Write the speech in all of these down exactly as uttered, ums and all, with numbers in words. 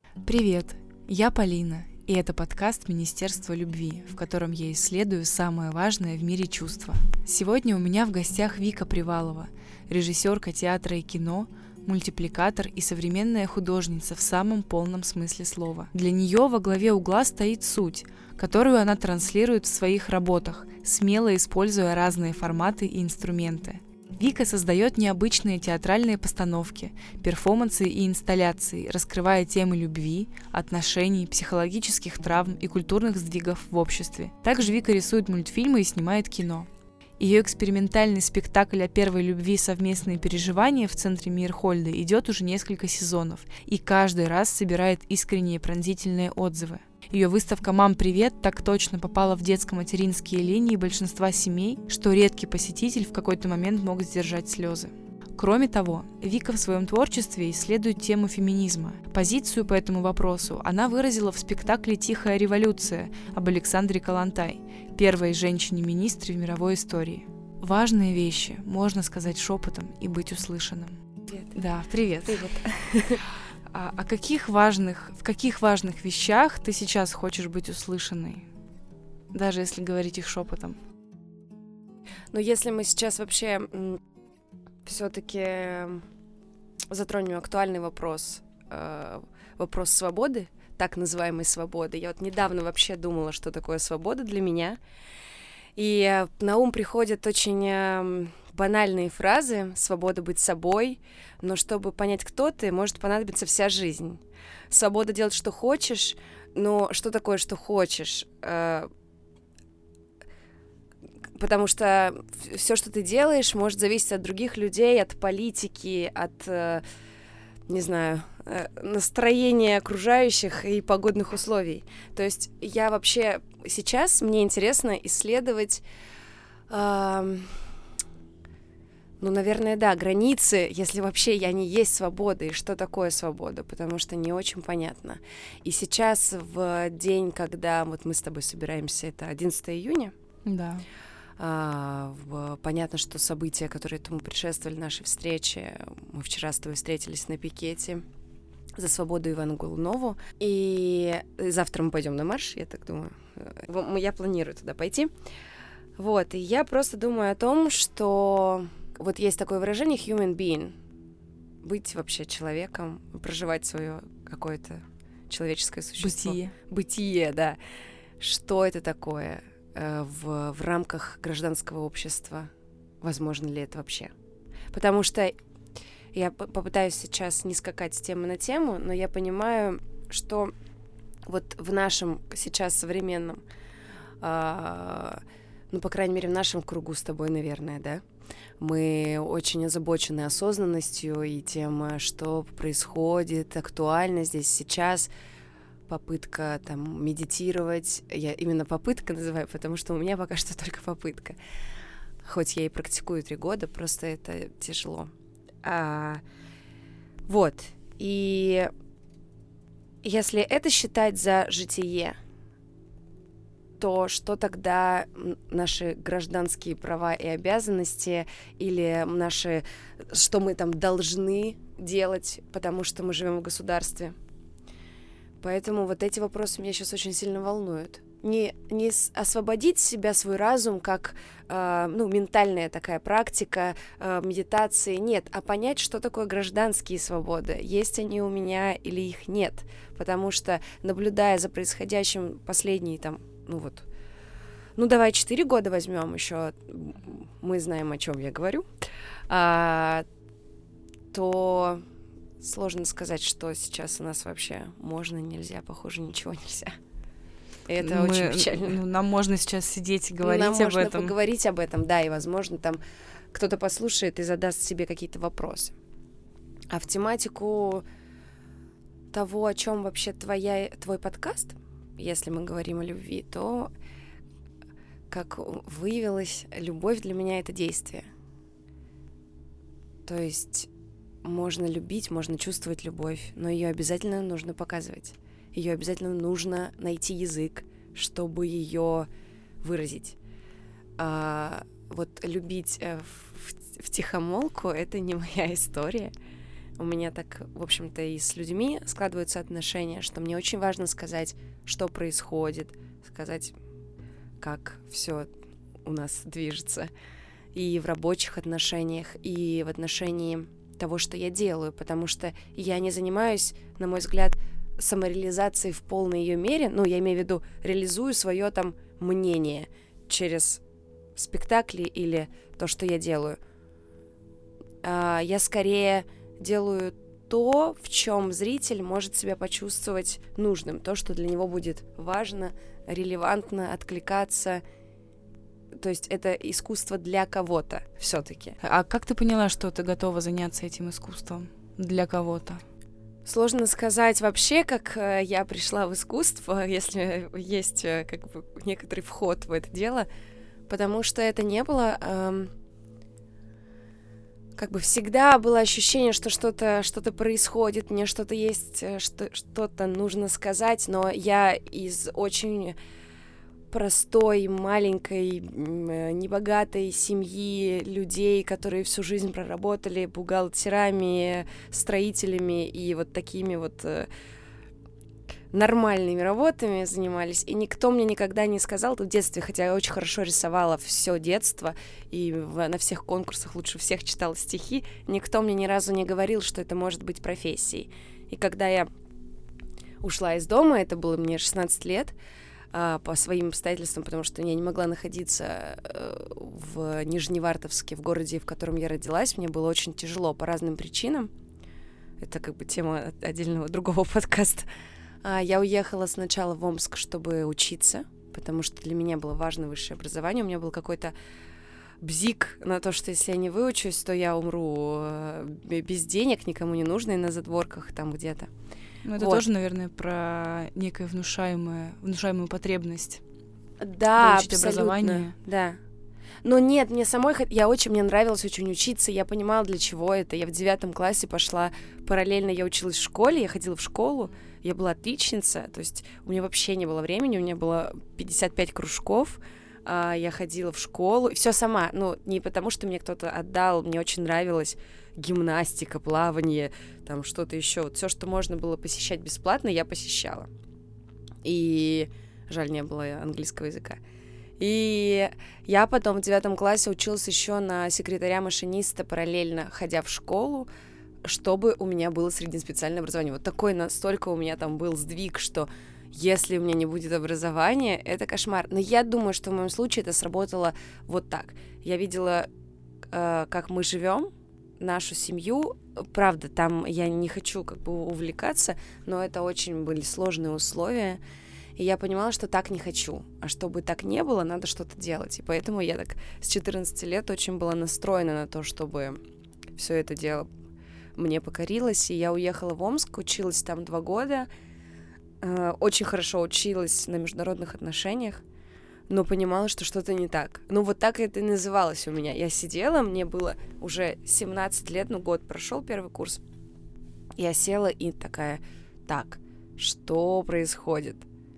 Привет, я Полина, и это подкаст «Министерство любви», в котором я исследую самое важное в мире чувства. Сегодня у меня в гостях Вика Привалова, режиссерка театра и кино, мультипликатор и современная художница в самом полном смысле слова. Для нее во главе угла стоит суть, которую она транслирует в своих работах, смело используя разные форматы и инструменты. Вика создает необычные театральные постановки, перформансы и инсталляции, раскрывая темы любви, отношений, психологических травм и культурных сдвигов в обществе. Также Вика рисует мультфильмы и снимает кино. Ее экспериментальный спектакль о первой любви «Совместные переживания» в Центре Мейерхольда идет уже несколько сезонов и каждый раз собирает искренние пронзительные отзывы. Ее выставка «Мам, привет!» так точно попала в детско-материнские линии большинства семей, что редкий посетитель в какой-то момент мог сдержать слезы. Кроме того, Вика в своем творчестве исследует тему феминизма. Позицию по этому вопросу она выразила в спектакле «Тихая революция» об Александре Калантай, первой женщине-министре в мировой истории. Важные вещи можно сказать шепотом и быть услышанным. Привет. Да, привет. Привет. А, о каких важных, в каких важных вещах ты сейчас хочешь быть услышанной, даже если говорить их шепотом? Ну, если мы сейчас вообще м, все-таки затронем актуальный вопрос, э, вопрос свободы, так называемой свободы. Я вот недавно вообще думала, что такое свобода для меня, и на ум приходят очень э, банальные фразы: свобода быть собой, но чтобы понять, кто ты, может понадобиться вся жизнь. Свобода делать, что хочешь, но что такое, что хочешь? Э, потому что все, что ты делаешь, может зависеть от других людей, от политики, от, э, не знаю, э, настроения окружающих и погодных условий. То есть я вообще сейчас, мне интересно исследовать... Э, Ну, наверное, да, границы, если вообще я не есть свобода, и что такое свобода, потому что не очень понятно. И сейчас, в день, когда вот мы с тобой собираемся, это одиннадцатого июня, Да. а, в, понятно, что события, которые этому предшествовали нашей встрече, мы вчера с тобой встретились на пикете за свободу Ивану Голунову, и завтра мы пойдем на марш, я так думаю, я планирую туда пойти. Вот, и я просто думаю о том, что... Вот есть такое выражение human being. Быть вообще человеком, проживать свое какое-то человеческое существо. Бытие. Бытие, да. Что это такое э, в, в рамках гражданского общества? Возможно ли это вообще? Потому что я попытаюсь сейчас не скакать с темы на тему, но я понимаю, что вот в нашем сейчас современном, э, ну, по крайней мере, в нашем кругу с тобой, наверное, да, мы очень озабочены осознанностью и тем, что происходит, актуально здесь сейчас. Попытка там медитировать. Я именно попытка называю, потому что у меня пока что только попытка. Хоть я и практикую три года, просто это тяжело. А, вот. И если это считать за житие, то что тогда наши гражданские права и обязанности или наши, что мы там должны делать, потому что мы живем в государстве. Поэтому вот эти вопросы меня сейчас очень сильно волнуют. Не, не освободить себя, свой разум, как э, ну, ментальная такая практика э, медитации, нет, а понять, что такое гражданские свободы, есть они у меня или их нет. Потому что, наблюдая за происходящим последние там, ну вот, ну давай четыре года возьмем еще, мы знаем, о чем я говорю, а, то сложно сказать, что сейчас у нас вообще можно, нельзя, похоже, ничего нельзя. И это Мы, очень печально. Ну, нам можно сейчас сидеть и говорить нам об можно этом. поговорить об этом, да, и, возможно, там кто-то послушает и задаст себе какие-то вопросы. А в тематику того, о чем вообще твоя, твой подкаст, если мы говорим о любви, то, как выявилось, любовь для меня — это действие. То есть можно любить, можно чувствовать любовь, но ее обязательно нужно показывать. Ее обязательно нужно найти язык, чтобы ее выразить. А вот любить в, в, втихомолку — это не моя история. у меня так, в общем-то, и с людьми складываются отношения, что мне очень важно сказать, что происходит, сказать, как все у нас движется. И в рабочих отношениях, и в отношении того, что я делаю, потому что я не занимаюсь, на мой взгляд, самореализацией в полной ее мере, ну, я имею в виду, реализую свое там мнение через спектакли или то, что я делаю. А, я скорее делаю то, в чем зритель может себя почувствовать нужным, то, что для него будет важно, релевантно, откликаться. То есть это искусство для кого-то все-таки. А как ты поняла, что ты готова заняться этим искусством для кого-то? Сложно сказать вообще, как я пришла в искусство, если есть как бы некоторый вход в это дело, потому что это не было... Эм, как бы всегда было ощущение, что что-то, что-то происходит, мне что-то есть, что, что-то нужно сказать, но я из очень простой, маленькой, небогатой семьи людей, которые всю жизнь проработали бухгалтерами, строителями и вот такими вот нормальными работами занимались, и никто мне никогда не сказал, в детстве, хотя я очень хорошо рисовала все детство, и в, на всех конкурсах лучше всех читала стихи, никто мне ни разу не говорил, что это может быть профессией. И когда я ушла из дома, это было мне шестнадцать лет, а, по своим обстоятельствам, потому что я не могла находиться в Нижневартовске, в городе, в котором я родилась, мне было очень тяжело по разным причинам, это как бы тема отдельного другого подкаста. Я уехала сначала в Омск, чтобы учиться, потому что для меня было важно высшее образование. У меня был какой-то бзик на то, что если я не выучусь, то я умру без денег, никому не нужной, на задворках там где-то. Ну, это вот. Тоже, наверное, про некое внушаемое, внушаемую потребность. Да, получить абсолютно. Образование. Да. Но нет, мне самой, я очень, мне нравилось очень учиться, я понимала, для чего это. Я в девятом классе пошла, параллельно я училась в школе, я ходила в школу, я была отличница, то есть у меня вообще не было времени, у меня было пятьдесят пять кружков, я ходила в школу, все сама, ну, не потому, что мне кто-то отдал, мне очень нравилось гимнастика, плавание, там что-то еще, вот все, что можно было посещать бесплатно, я посещала. И жаль, не было английского языка. И я потом в девятом классе училась еще на секретаря-машиниста, параллельно ходя в школу, чтобы у меня было среднеспециальное образование. Вот такой настолько у меня там был сдвиг, что если у меня не будет образования, это кошмар. Но я думаю, что в моем случае это сработало вот так. Я видела, э, как мы живем, нашу семью. Правда, там я не хочу как бы увлекаться, но это очень были сложные условия. И я понимала, что так не хочу. А чтобы так не было, надо что-то делать. И поэтому я так с четырнадцати лет очень была настроена на то, чтобы все это дело мне покорилось. И я уехала в Омск, училась там два года. Э, очень хорошо училась на международных отношениях, но понимала, что что-то не так. Ну, вот так это и называлось у меня. Я сидела, мне было уже семнадцать лет, ну, год прошел первый курс. Я села и такая, так, что происходит?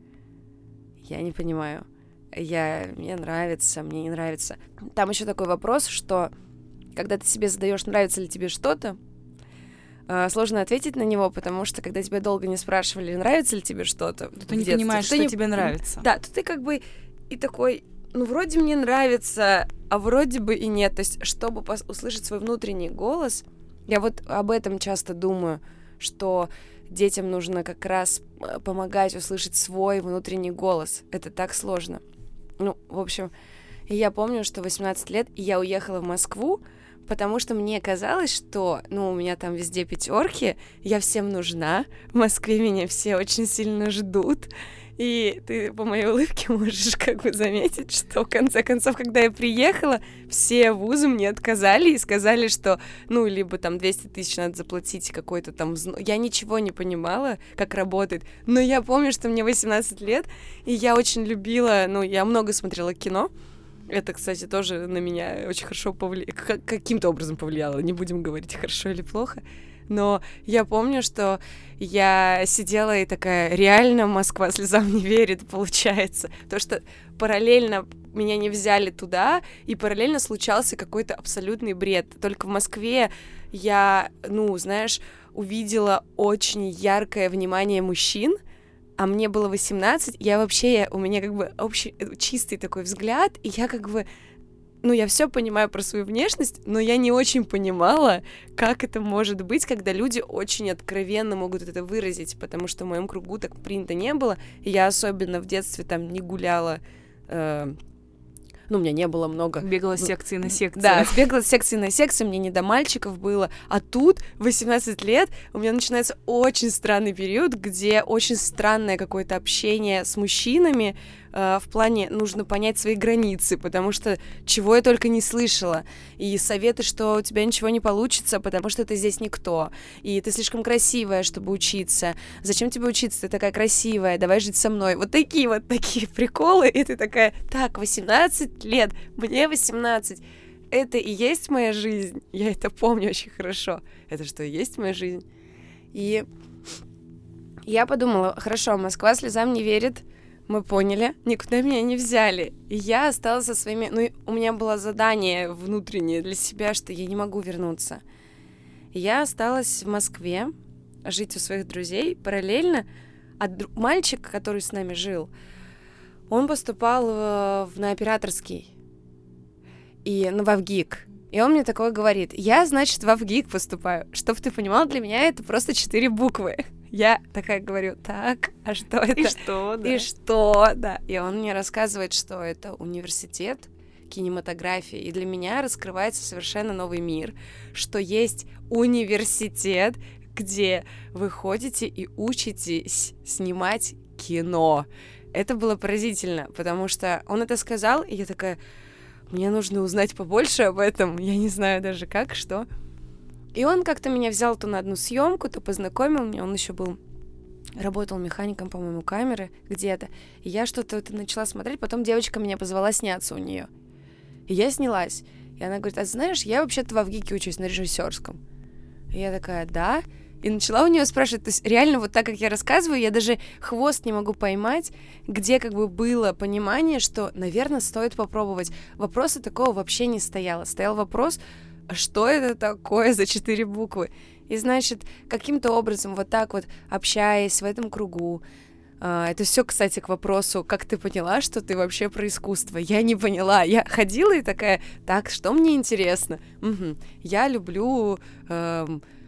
Я не понимаю. Я, мне нравится, мне не нравится. Там еще такой вопрос, что когда ты себе задаешь, нравится ли тебе что-то, сложно ответить на него, потому что когда тебя долго не спрашивали, нравится ли тебе что-то, то ты не детстве, понимаешь, что не... тебе нравится. Да, то ты как бы и такой, ну, вроде мне нравится, а вроде бы и нет. То есть, чтобы пос- услышать свой внутренний голос, я вот об этом часто думаю, что детям нужно как раз помогать услышать свой внутренний голос. Это так сложно. Ну, в общем, я помню, что восемнадцать лет, и я уехала в Москву, потому что мне казалось, что, ну, у меня там везде пятерки, я всем нужна, в Москве меня все очень сильно ждут, и ты по моей улыбке можешь как бы заметить, что в конце концов, когда я приехала, все вузы мне отказали и сказали, что, ну, либо там двести тысяч надо заплатить какой-то там взнос. Я ничего не понимала, как работает, но я помню, что мне восемнадцать лет, и я очень любила, ну, я много смотрела кино. Это, кстати, тоже на меня очень хорошо повлияло, каким-то образом повлияло, не будем говорить, хорошо или плохо. Но я помню, что я сидела и такая, реально Москва слезам не верит, получается. То, что параллельно меня не взяли туда, и параллельно случался какой-то абсолютный бред. Только в Москве я, ну, знаешь, увидела очень яркое внимание мужчин, а мне было восемнадцать, я вообще, я, у меня как бы общий, чистый такой взгляд, и я как бы, ну, я все понимаю про свою внешность, но я не очень понимала, как это может быть, когда люди очень откровенно могут это выразить, потому что в моем кругу так принято не было, и я особенно в детстве там не гуляла, э, ну, у меня не было много... Бегала с секции на секцию. Да, бегала с секции на секцию, мне не до мальчиков было. А тут, в восемнадцать лет, у меня начинается очень странный период, где очень странное какое-то общение с мужчинами, э, в плане нужно понять свои границы, потому что чего я только не слышала. И советы, что у тебя ничего не получится, потому что ты здесь никто. И ты слишком красивая, чтобы учиться. Зачем тебе учиться? Ты такая красивая, давай жить со мной. Вот такие вот такие приколы. И ты такая, так, восемнадцать лет, мне восемнадцать. Это и есть моя жизнь. Я это помню очень хорошо. Это что, и есть моя жизнь? И я подумала, хорошо, Москва слезам не верит. Мы поняли, никуда меня не взяли. И я осталась со своими... Ну, у меня было задание внутреннее для себя, что я не могу вернуться. И я осталась в Москве жить у своих друзей параллельно. А дру... мальчик, который с нами жил, он поступал в... на операторский. И, ну, в ВГИК. И он мне такое говорит. Я, значит, в ВГИК поступаю. Чтоб ты понимал, для меня это просто четыре буквы. Я такая говорю, так, а что это? И что, да. И что, да. И он мне рассказывает, что это университет кинематографии. И для меня раскрывается совершенно новый мир, что есть университет, где вы ходите и учитесь снимать кино. Это было поразительно, потому что он это сказал, и я такая, мне нужно узнать побольше об этом. Я не знаю даже как, что... И он как-то меня взял то на одну съемку, то познакомил меня. Он еще был, работал механиком, по-моему, камеры где-то. И я что-то это начала смотреть. Потом девочка меня позвала сняться у нее. И я снялась. И она говорит, а знаешь, я вообще-то в ВГИКе учусь на режиссерском. И я такая, да. И начала у нее спрашивать, то есть реально вот так, как я рассказываю, я даже хвост не могу поймать, где как бы было понимание, что, наверное, стоит попробовать. Вопроса такого вообще не стояло. Стоял вопрос, что это такое за четыре буквы? И, значит, каким-то образом вот так вот, общаясь в этом кругу, э, это все, кстати, к вопросу, как ты поняла, что ты вообще про искусство? Я не поняла. Я ходила и такая, так, что мне интересно? Угу. Я люблю, э,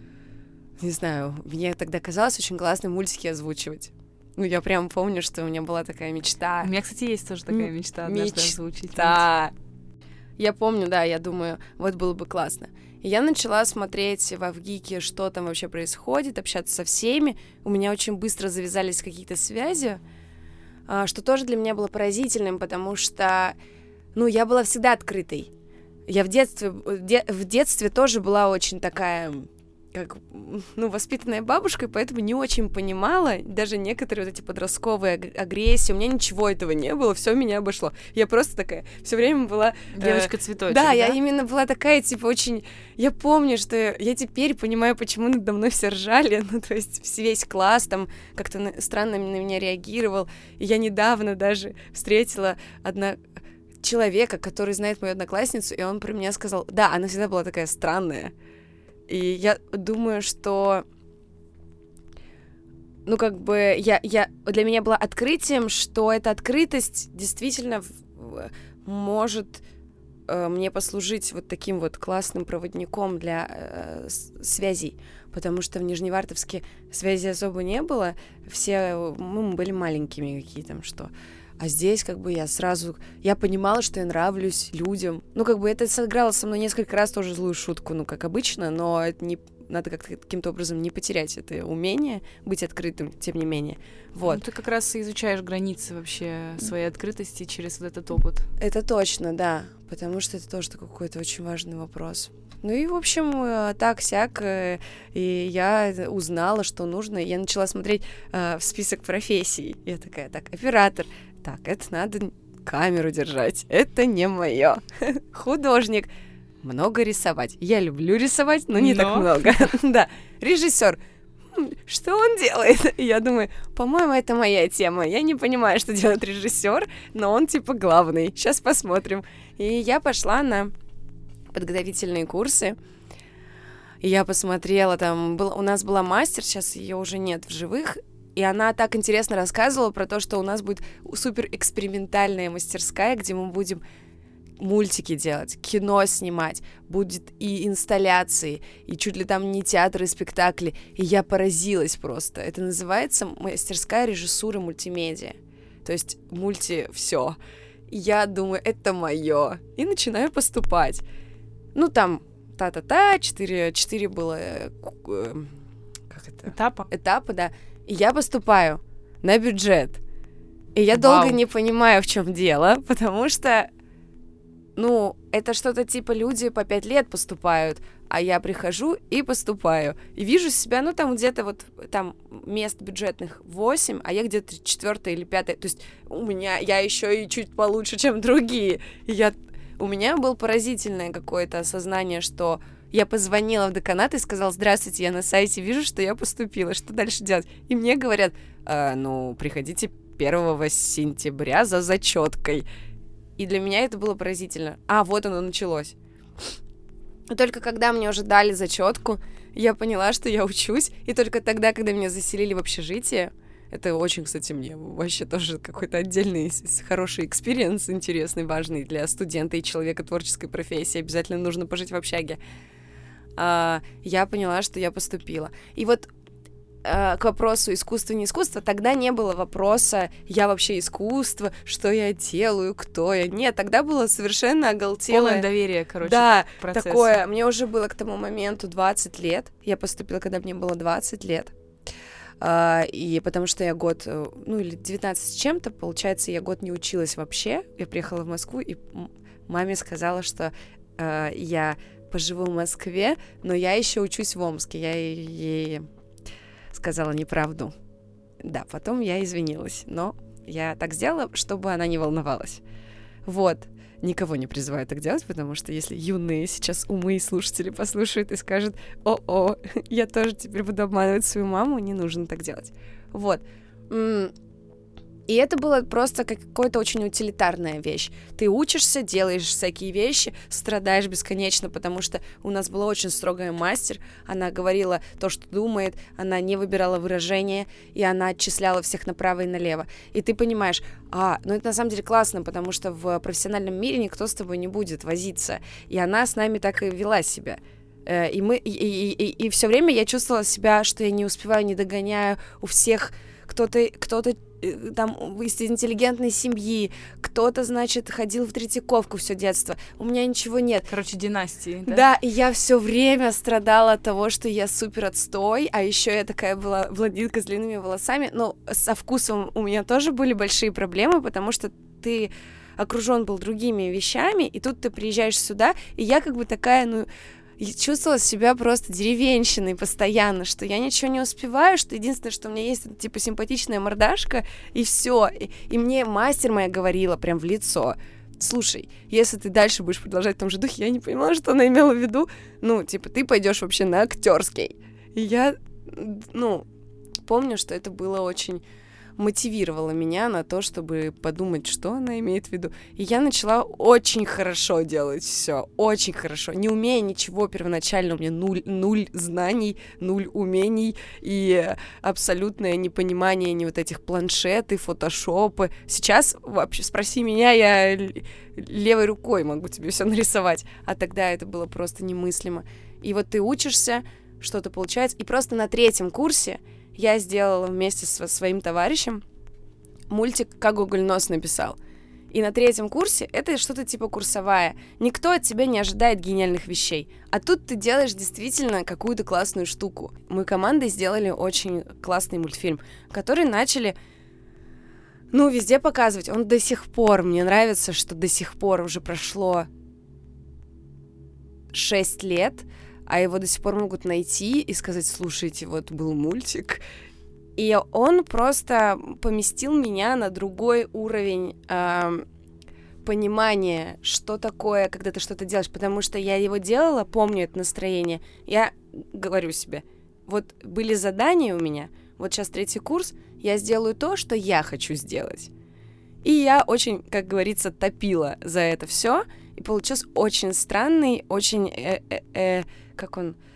не знаю, мне тогда казалось очень классно мультики озвучивать. Ну, я прям помню, что у меня была такая мечта. У меня, кстати, есть тоже такая мечта однажды озвучить. Да. Я помню, да, я думаю, вот было бы классно. И я начала смотреть во ВГИКе, что там вообще происходит, общаться со всеми. У меня очень быстро завязались какие-то связи, что тоже для меня было поразительным, потому что, ну, я была всегда открытой. Я в детстве, в детстве тоже была очень такая, как, ну, воспитанная бабушкой, поэтому не очень понимала даже некоторые вот эти подростковые агрессии. У меня ничего этого не было, все меня обошло. Я просто такая все время была... Девочка-цветочек, э, да, да? я именно была такая, типа, очень... Я помню, что я теперь понимаю, почему надо мной все ржали. Ну, то есть весь класс там как-то на... странно на меня реагировал. И я недавно даже встретила одна... человека, который знает мою одноклассницу, и он про меня сказал, да, она всегда была такая странная. И я думаю, что, ну, как бы, я, я, для меня было открытием, что эта открытость действительно в, может э, мне послужить вот таким вот классным проводником для э, связей, потому что в Нижневартовске связи особо не было, все мы были маленькими какие там, что... А здесь как бы я сразу... Я понимала, что я нравлюсь людям. Ну, как бы это сыграло со мной несколько раз тоже злую шутку, ну, как обычно, но это не... Надо как-то каким-то образом не потерять это умение быть открытым, тем не менее. Вот. Ну, ты как раз и изучаешь границы вообще своей открытости через вот этот опыт. Это точно, да, потому что это тоже какой-то очень важный вопрос. Ну и, в общем, так-сяк, и я узнала, что нужно, и я начала смотреть э, в список профессий. Я такая, так, оператор, так, это надо камеру держать, это не мое. Художник, много рисовать. Я люблю рисовать, но не но... так много. Да, режиссер, что он делает? И я думаю, по-моему, это моя тема. Я не понимаю, что делает режиссер, но он типа главный. Сейчас посмотрим. И я пошла на подготовительные курсы. И я посмотрела, там был, у нас была мастер, сейчас ее уже нет в живых, и она так интересно рассказывала про то, что у нас будет супер экспериментальная мастерская, где мы будем мультики делать, кино снимать, будет и инсталляции, и чуть ли там не театры, и спектакли. И я поразилась просто. Это называется мастерская режиссуры мультимедиа. То есть мульти все. И я думаю, это мое. И начинаю поступать. Ну, там та-та-та, четыре, четыре было... Как это? Этапа? Этапа, да. И я поступаю на бюджет. И я Вау. долго не понимаю, в чем дело, потому что, ну, это что-то типа люди по пять лет поступают, а я прихожу и поступаю. И вижу себя, ну, там где-то вот, там мест бюджетных восемь, а я где-то четвертая или пятая. То есть у меня, я еще и чуть получше, чем другие. И я, у меня было поразительное какое-то осознание, что... Я позвонила в деканат и сказала: здравствуйте, я на сайте вижу, что я поступила, что дальше делать? И мне говорят: э, ну, приходите первого сентября за зачеткой. И для меня это было поразительно. А, вот оно началось. И только когда мне уже дали зачетку, я поняла, что я учусь, и только тогда, когда меня заселили в общежитие, это очень, кстати, мне вообще тоже какой-то отдельный хороший экспириенс, интересный, важный для студента и человека творческой профессии, обязательно нужно пожить в общаге. Uh, я поняла, что я поступила. И вот uh, к вопросу искусство, не искусство, тогда не было вопроса, я вообще искусство, что я делаю, кто я. Нет, тогда было совершенно оголтелое... Полное доверие, короче, да, к процессу. Такое. Мне уже было к тому моменту двадцать лет. Я поступила, когда мне было двадцать лет. Uh, и потому что я год, ну или девятнадцать с чем-то, получается, я год не училась вообще. Я приехала в Москву, и маме сказала, что uh, я... поживу в Москве, но я еще учусь в Омске. Я ей сказала неправду. Да, потом я извинилась, но я так сделала, чтобы она не волновалась. Вот. Никого не призываю так делать, потому что если юные сейчас умы и слушатели послушают и скажут: о-о, я тоже теперь буду обманывать свою маму, не нужно так делать. Вот. И это было просто какая-то очень утилитарная вещь. Ты учишься, делаешь всякие вещи, страдаешь бесконечно, потому что у нас была очень строгая мастер, она говорила то, что думает, она не выбирала выражения, и она отчисляла всех направо и налево. И ты понимаешь, а, ну это на самом деле классно, потому что в профессиональном мире никто с тобой не будет возиться. И она с нами так и вела себя. И, мы, и, и, и, и все время я чувствовала себя, что я не успеваю, не догоняю, у всех кто-то, кто-то там из интеллигентной семьи, кто-то, значит, ходил в Третьяковку все детство, у меня ничего нет. Короче, династии, да? Да, и я все время страдала от того, что я супер отстой, а еще я такая была блондинка с длинными волосами, но со вкусом у меня тоже были большие проблемы, потому что ты окружен был другими вещами, и тут ты приезжаешь сюда, и я как бы такая, ну... Я чувствовала себя просто деревенщиной постоянно, что я ничего не успеваю, что единственное, что у меня есть, это типа симпатичная мордашка, и все. И, и мне мастер моя говорила прям в лицо: слушай, если ты дальше будешь продолжать в том же духе, я не понимала, что она имела в виду, ну, типа, ты пойдешь вообще на актерский. И я, ну, помню, что это было очень... мотивировала меня на то, чтобы подумать, что она имеет в виду. И я начала очень хорошо делать все, очень хорошо. Не умея ничего первоначально, у меня нуль, нуль знаний, нуль умений и абсолютное непонимание ни вот этих планшеты, фотошопы. Сейчас вообще спроси меня, я левой рукой могу тебе все нарисовать. А тогда это было просто немыслимо. И вот ты учишься, что-то получается, и просто на третьем курсе я сделала вместе со своим товарищем мультик «Как Гоголь нос написал». И на третьем курсе это что-то типа курсовая. Никто от тебя не ожидает гениальных вещей. А тут ты делаешь действительно какую-то классную штуку. Мы командой сделали очень классный мультфильм, который начали, ну, везде показывать. Он до сих пор, мне нравится, что до сих пор уже прошло шесть лет, а его до сих пор могут найти и сказать: слушайте, вот был мультик. И он просто поместил меня на другой уровень э, понимания, что такое, когда ты что-то делаешь, потому что я его делала, помню это настроение. Я говорю себе: вот были задания у меня, вот сейчас третий курс, я сделаю то, что я хочу сделать. И я очень, как говорится, топила за это все, и получился очень странный, очень, э -э -э, как он,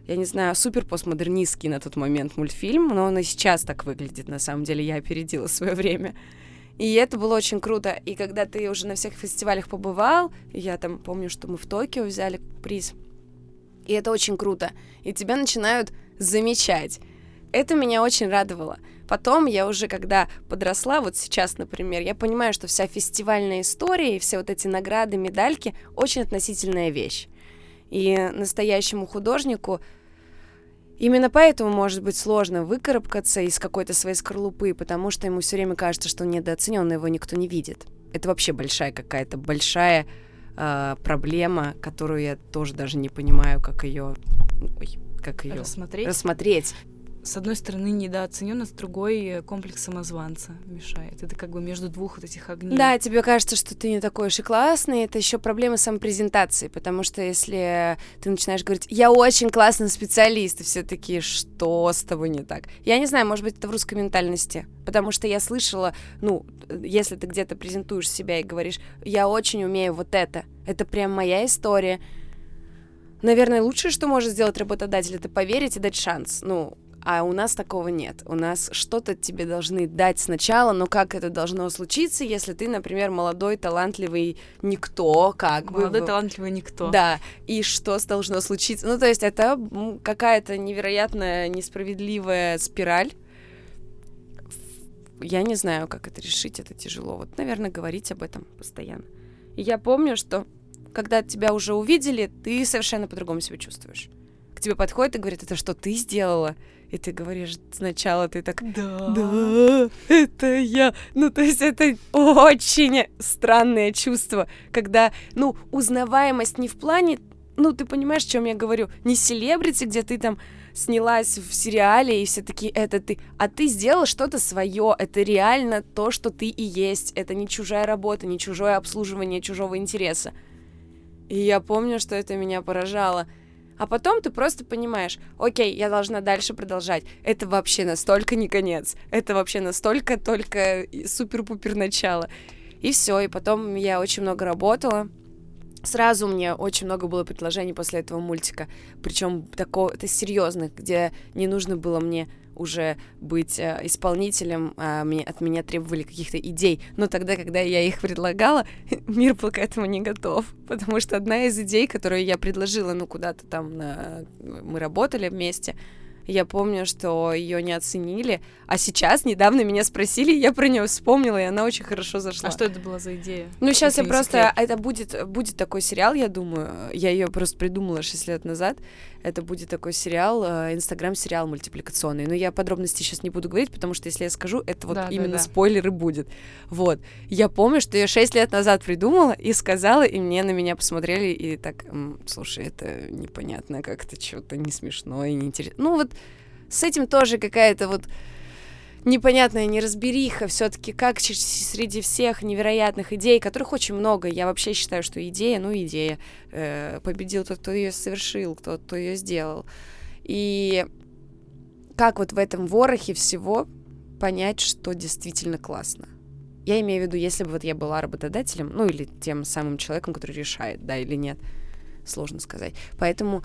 я не знаю, супер постмодернистский на тот момент мультфильм, но он и сейчас так выглядит, на самом деле, я опередила свое время. И это было очень круто. И когда ты уже на всех фестивалях побывал, я там помню, что мы в Токио взяли приз, и это очень круто. И тебя начинают замечать. Это меня очень радовало. Потом я уже, когда подросла, вот сейчас, например, я понимаю, что вся фестивальная история и все вот эти награды, медальки — очень относительная вещь. И настоящему художнику именно поэтому может быть сложно выкарабкаться из какой-то своей скорлупы, потому что ему все время кажется, что он недооценен, его никто не видит. Это вообще большая какая-то большая э, проблема, которую я тоже даже не понимаю, как ее, ой, как ее рассмотреть. рассмотреть. С одной стороны, недооценен, а с другой комплекс самозванца мешает. Это как бы между двух вот этих огней. Да, тебе кажется, что ты не такой уж и классный. Это еще проблема самопрезентации, потому что если ты начинаешь говорить: я очень классный специалист, и все такие: что с тобой не так? Я не знаю, может быть, это в русской ментальности, потому что я слышала, ну, если ты где-то презентуешь себя и говоришь: я очень умею вот это, это прям моя история. Наверное, лучшее, что может сделать работодатель, это поверить и дать шанс. Ну, а у нас такого нет. У нас что-то тебе должны дать сначала, но как это должно случиться, если ты, например, молодой, талантливый никто, как молодой, бы... Молодой, талантливый никто. Да, и что должно случиться? Ну, то есть это какая-то невероятная, несправедливая спираль. Я не знаю, как это решить, это тяжело. Вот, наверное, говорить об этом постоянно. И я помню, что когда тебя уже увидели, ты совершенно по-другому себя чувствуешь. К тебе подходит и говорит: это что, ты сделала? И ты говоришь сначала, ты так: да, да, это я. Ну, то есть это очень странное чувство, когда, ну, узнаваемость не в плане, ну, ты понимаешь, о чем я говорю, не селебрити, где ты там снялась в сериале, и все такие: это ты, а ты сделала что-то свое, это реально то, что ты и есть, это не чужая работа, не чужое обслуживание чужого интереса. И я помню, что это меня поражало. А потом ты просто понимаешь: окей, я должна дальше продолжать. Это вообще настолько не конец. Это вообще настолько только супер-пупер начало. И все. И потом я очень много работала. Сразу мне очень много было предложений после этого мультика. Причем такого, это серьезных, где не нужно было мне уже быть э, исполнителем, а мне, от меня требовали каких-то идей. Но тогда, когда я их предлагала, мир был к этому не готов. Потому что одна из идей, которую я предложила, ну, куда-то там, на... мы работали вместе, я помню, что ее не оценили. А сейчас, недавно меня спросили, я про нее вспомнила, и она очень хорошо зашла. А что это была за идея? Ну, сейчас я просто... Секрет. Это будет, будет такой сериал, я думаю. Я ее просто придумала шесть лет назад. Это будет такой сериал, инстаграм-сериал мультипликационный. Но я подробности сейчас не буду говорить, потому что если я скажу, это вот да, именно да, да. спойлеры будет. Вот. Я помню, что я шесть лет назад придумала и сказала, и мне на меня посмотрели, и так: слушай, это непонятно, как-то что-то не смешно и неинтересно. Ну, вот с этим тоже какая-то вот непонятная неразбериха все-таки, как среди всех невероятных идей, которых очень много. Я вообще считаю, что идея, ну, идея. Э, победил тот, кто ее совершил, кто, кто ее сделал. И как вот в этом ворохе всего понять, что действительно классно? Я имею в виду, если бы вот я была работодателем, ну, или тем самым человеком, который решает, да или нет. Сложно сказать. Поэтому...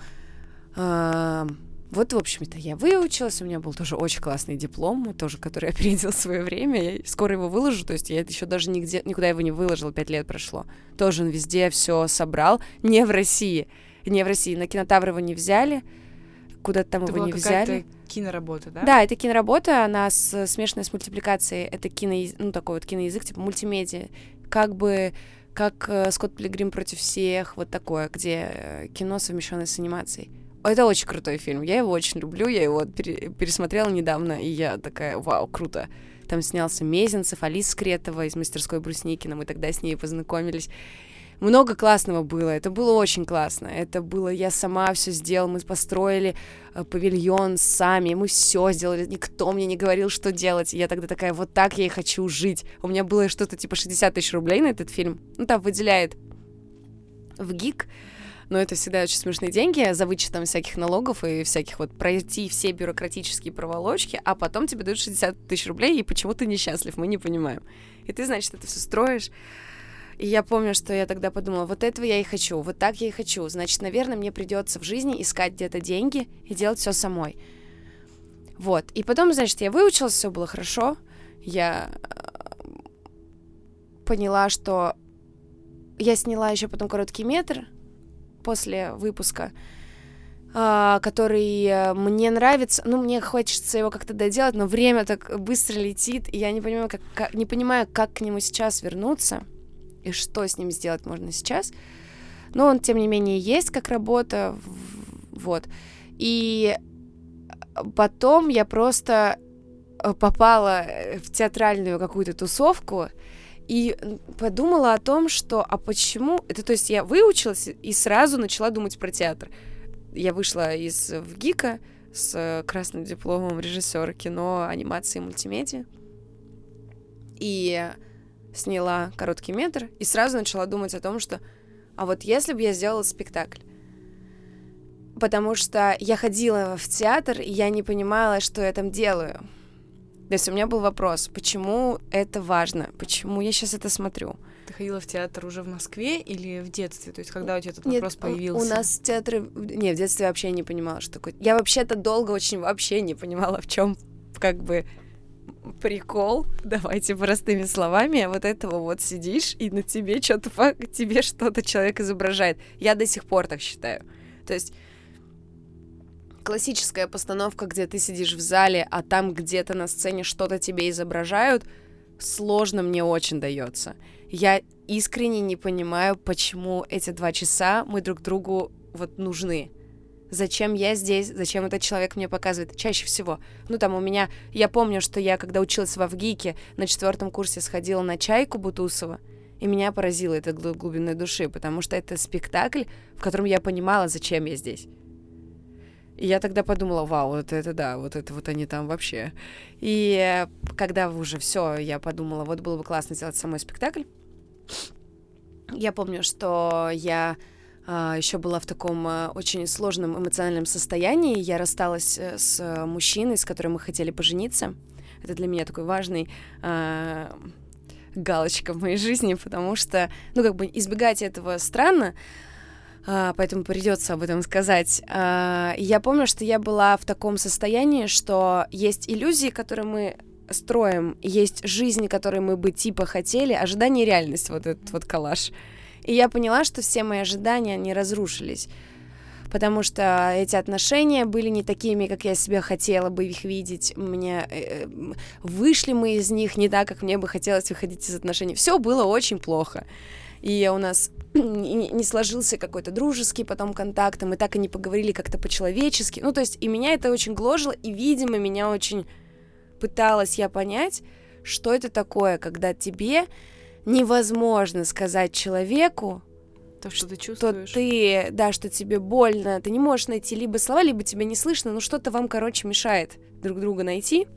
Э, Вот, в общем-то, я выучилась, у меня был тоже очень классный диплом, тоже, который я опередил в свое время, я скоро его выложу, то есть я еще даже нигде, никуда его не выложила, пять лет прошло. Тоже он везде все собрал, не в России, не в России, на Кинотавр его не взяли, куда-то там это его была не взяли. Это киноработа, да? Да, это киноработа, она с, смешанная с мультипликацией, это кино, ну, такой вот киноязык, типа мультимедиа, как бы, как э, Скотт Пилигрим против всех, вот такое, где э, кино, совмещенное с анимацией. Это очень крутой фильм, я его очень люблю, я его пере- пересмотрела недавно, и я такая: вау, круто. Там снялся Мезенцев, Алиса Скретова из «Мастерской Брусникина», мы тогда с ней познакомились. Много классного было, это было очень классно, это было, я сама все сделала, мы построили э, павильон сами, мы все сделали, никто мне не говорил, что делать, и я тогда такая: вот так я и хочу жить. У меня было что-то типа шестьдесят тысяч рублей на этот фильм, ну, там выделяет в ГИК, но это всегда очень смешные деньги за вычетом всяких налогов и всяких вот пройти все бюрократические проволочки, а потом тебе дают шестьдесят тысяч рублей, и почему ты несчастлив, мы не понимаем. И ты, значит, это все строишь. И я помню, что я тогда подумала, вот этого я и хочу, вот так я и хочу. Значит, наверное, мне придется в жизни искать где-то деньги и делать все самой. Вот. И потом, значит, я выучилась, все было хорошо. Я поняла, что я сняла еще потом короткий метр после выпуска, который мне нравится. Ну, мне хочется его как-то доделать, но время так быстро летит, и я не понимаю, как, как, не понимаю, как к нему сейчас вернуться и что с ним сделать можно сейчас. Но он, тем не менее, есть как работа. Вот. И потом я просто попала в театральную какую-то тусовку и подумала о том, что а почему... Это, то есть я выучилась и сразу начала думать про театр. Я вышла из ВГИКа с красным дипломом режиссера кино, анимации и мультимедиа. И сняла короткий метр и сразу начала думать о том, что а вот если бы я сделала спектакль. Потому что я ходила в театр, и я не понимала, что я там делаю. То есть у меня был вопрос, почему это важно, почему я сейчас это смотрю. Ты ходила в театр уже в Москве или в детстве? То есть когда у тебя этот вопрос Нет, появился? У нас театры... Нет, в детстве вообще не понимала, что такое. Я вообще-то долго очень вообще не понимала, в чем как бы прикол. Давайте простыми словами. Вот этого вот сидишь, и на тебе что-то тебе что-то человек изображает. Я до сих пор так считаю. То есть классическая постановка, где ты сидишь в зале, а там где-то на сцене что-то тебе изображают, сложно мне очень дается. Я искренне не понимаю, почему эти два часа мы друг другу вот нужны. Зачем я здесь, зачем этот человек мне показывает? Чаще всего. Ну, там у меня... Я помню, что я, когда училась во ВГИКе, на четвертом курсе сходила на «Чайку» Бутусова, и меня поразило это глубиной души, потому что это спектакль, в котором я понимала, зачем я здесь. И я тогда подумала, вау, вот это да, вот это вот они там вообще. И когда уже все, я подумала, вот было бы классно сделать самой спектакль. Я помню, что я а, еще была в таком а, очень сложном эмоциональном состоянии. Я рассталась с мужчиной, с которым мы хотели пожениться. Это для меня такой важный а, галочка в моей жизни, потому что, ну, как бы избегать этого странно, Uh, поэтому придется об этом сказать. Uh, я помню, что я была в таком состоянии, что есть иллюзии, которые мы строим, есть жизнь, которой мы бы типа хотели, ожидание и реальность, вот этот вот коллаж. И я поняла, что все мои ожидания, они разрушились, потому что эти отношения были не такими, как я себе хотела бы их видеть. Мне э, вышли мы из них не так, как мне бы хотелось выходить из отношений. Все было очень плохо. И у нас не, не сложился какой-то дружеский потом контакт, и мы так и не поговорили как-то по-человечески. Ну, то есть и меня это очень гложило, и, видимо, меня очень пыталась я понять, что это такое, когда тебе невозможно сказать человеку то, что ты чувствуешь. Что ты, да, что тебе больно, ты не можешь найти либо слова, либо тебя не слышно, но что-то вам, короче, мешает друг друга найти.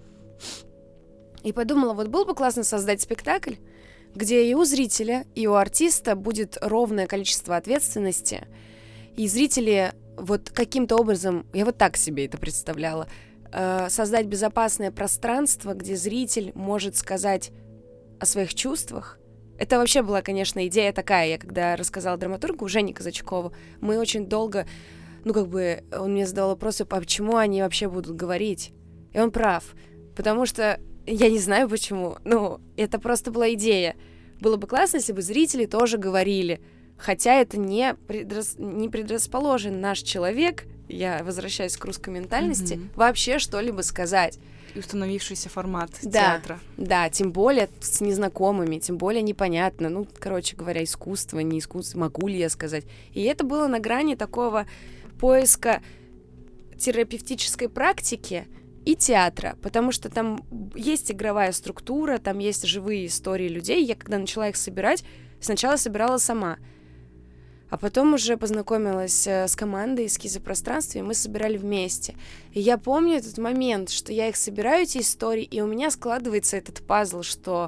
И подумала, вот было бы классно создать спектакль, где и у зрителя, и у артиста будет ровное количество ответственности, и зрители вот каким-то образом, я вот так себе это представляла, э, создать безопасное пространство, где зритель может сказать о своих чувствах. Это вообще была, конечно, идея такая. Я когда рассказала драматургу Жене Казачкову, мы очень долго, ну как бы, он мне задал вопросы, а почему они вообще будут говорить? И он прав, потому что я не знаю почему, ну, это просто была идея. Было бы классно, если бы зрители тоже говорили, хотя это не, предрас... не предрасположен наш человек, я возвращаюсь к русской ментальности, mm-hmm. вообще что-либо сказать. И установившийся формат да, театра. Да, тем более с незнакомыми, тем более непонятно, ну, короче говоря, искусство, не искусство, могу ли я сказать. И это было на грани такого поиска терапевтической практики и театра, потому что там есть игровая структура, там есть живые истории людей. Я когда начала их собирать, сначала собирала сама, а потом уже познакомилась с командой из «Скизопространства», и мы собирали вместе. И я помню этот момент, что я их собираю, эти истории, и у меня складывается этот пазл, что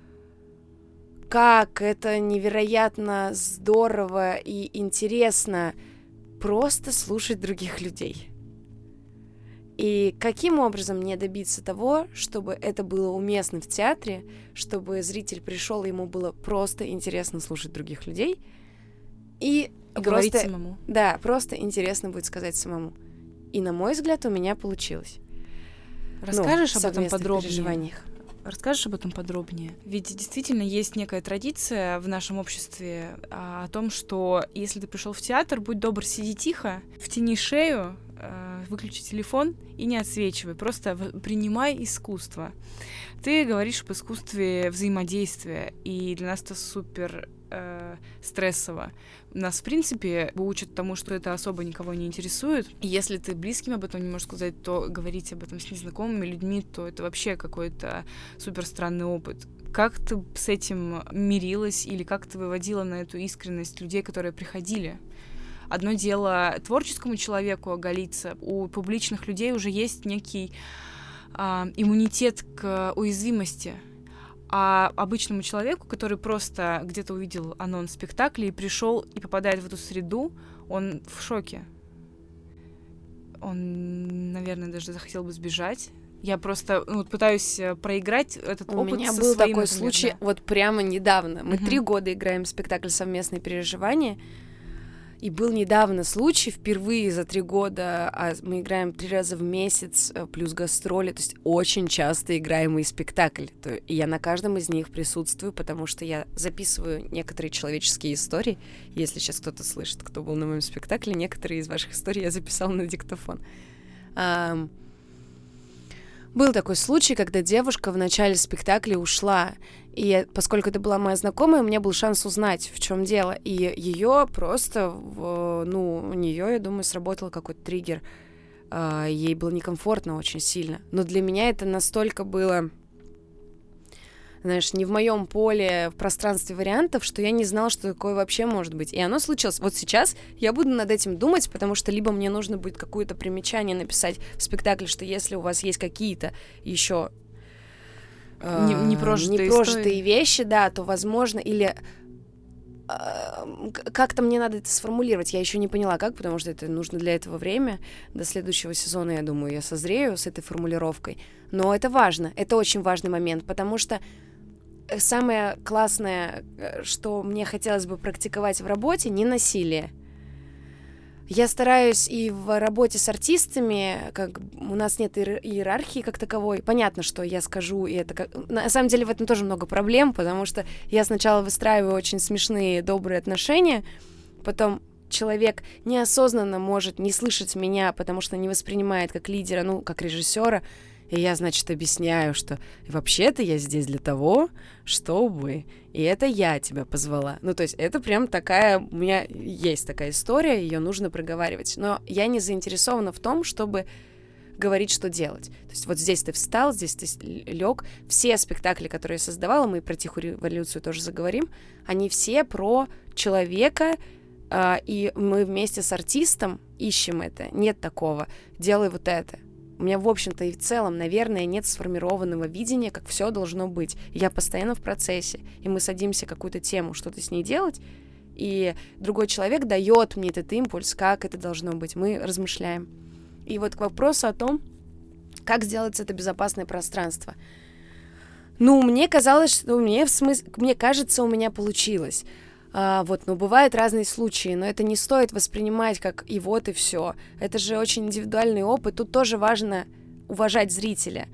как это невероятно здорово и интересно просто слушать других людей. И каким образом мне добиться того, чтобы это было уместно в театре, чтобы зритель пришел, ему было просто интересно слушать других людей, и, и просто, говорить самому. Да, просто интересно будет сказать самому. И, на мой взгляд, у меня получилось. Расскажешь ну, об этом подробнее? Переживаниях. Расскажешь об этом подробнее? Ведь действительно есть некая традиция в нашем обществе а, о том, что если ты пришел в театр, будь добр, сиди тихо, втяни шею, э, выключи телефон и не отсвечивай, просто в- принимай искусство. Ты говоришь об искусстве взаимодействия, и для нас это супер э, стрессово. Нас, в принципе, учат тому, что это особо никого не интересует. И если ты близким об этом не можешь сказать, то говорить об этом с незнакомыми людьми, то это вообще какой-то супер странный опыт. Как ты с этим мирилась или как ты выводила на эту искренность людей, которые приходили? Одно дело творческому человеку оголиться, у публичных людей уже есть некий а, иммунитет к уязвимости. А обычному человеку, который просто где-то увидел анонс спектакля и пришел и попадает в эту среду, он в шоке. Он, наверное, даже захотел бы сбежать. Я просто ну, вот пытаюсь проиграть этот У опыт меня со был своим, такой например, случай да. вот прямо недавно. Мы Мгм. три года играем спектакль «Совместные переживания», и был недавно случай, впервые за три года, а мы играем три раза в месяц, э, плюс гастроли, то есть очень часто играемый спектакль. То- И я на каждом из них присутствую, потому что я записываю некоторые человеческие истории. Если сейчас кто-то слышит, кто был на моем спектакле, некоторые из ваших историй я записала на диктофон. Ам, Был такой случай, когда девушка в начале спектакля ушла, и я- поскольку это была моя знакомая, у меня был шанс узнать, в чем дело, и ее просто, в- ну, у нее, я думаю, сработал какой-то триггер, А, ей было некомфортно очень сильно, но для меня это настолько было, знаешь, не в моем поле, в пространстве вариантов, что я не знала, что такое вообще может быть. И оно случилось. Вот сейчас я буду над этим думать, потому что либо мне нужно будет какое-то примечание написать в спектакле, что если у вас есть какие-то еще э, Не- непрожитые непрожитые истории. вещи, да, то возможно, или э, к- как-то мне надо это сформулировать. Я еще не поняла, как, потому что это нужно для этого время. До следующего сезона, я думаю, я созрею с этой формулировкой. Но это важно, это очень важный момент, потому что самое классное, э, что мне хотелось бы практиковать в работе, не насилие. Я стараюсь и в работе с артистами, как у нас нет иер- иерархии как таковой. Понятно, что я скажу, и это как... На самом деле в этом тоже много проблем, потому что я сначала выстраиваю очень смешные, добрые отношения, потом человек неосознанно может не слышать меня, потому что не воспринимает как лидера, ну, как режиссера. И я, значит, объясняю, что вообще-то я здесь для того, чтобы... И это я тебя позвала. Ну, то есть это прям такая... У меня есть такая история, ее нужно проговаривать. Но я не заинтересована в том, чтобы говорить, что делать. То есть вот здесь ты встал, здесь ты лег. Все спектакли, которые я создавала, мы про «Тихую революцию» тоже заговорим, они все про человека, а, и мы вместе с артистом ищем это. Нет такого. Делай вот это. У меня, в общем-то, и в целом, наверное, нет сформированного видения, как все должно быть. Я постоянно в процессе, и мы садимся какую-то тему, что-то с ней делать, и другой человек дает мне этот импульс, как это должно быть. Мы размышляем. И вот к вопросу о том, как сделать это безопасное пространство. Ну, мне казалось, что мне, в смысле, мне кажется, у меня получилось. А, вот, но бывают разные случаи, но это не стоит воспринимать как и вот и все. Это же очень индивидуальный опыт. Тут тоже важно уважать зрителя.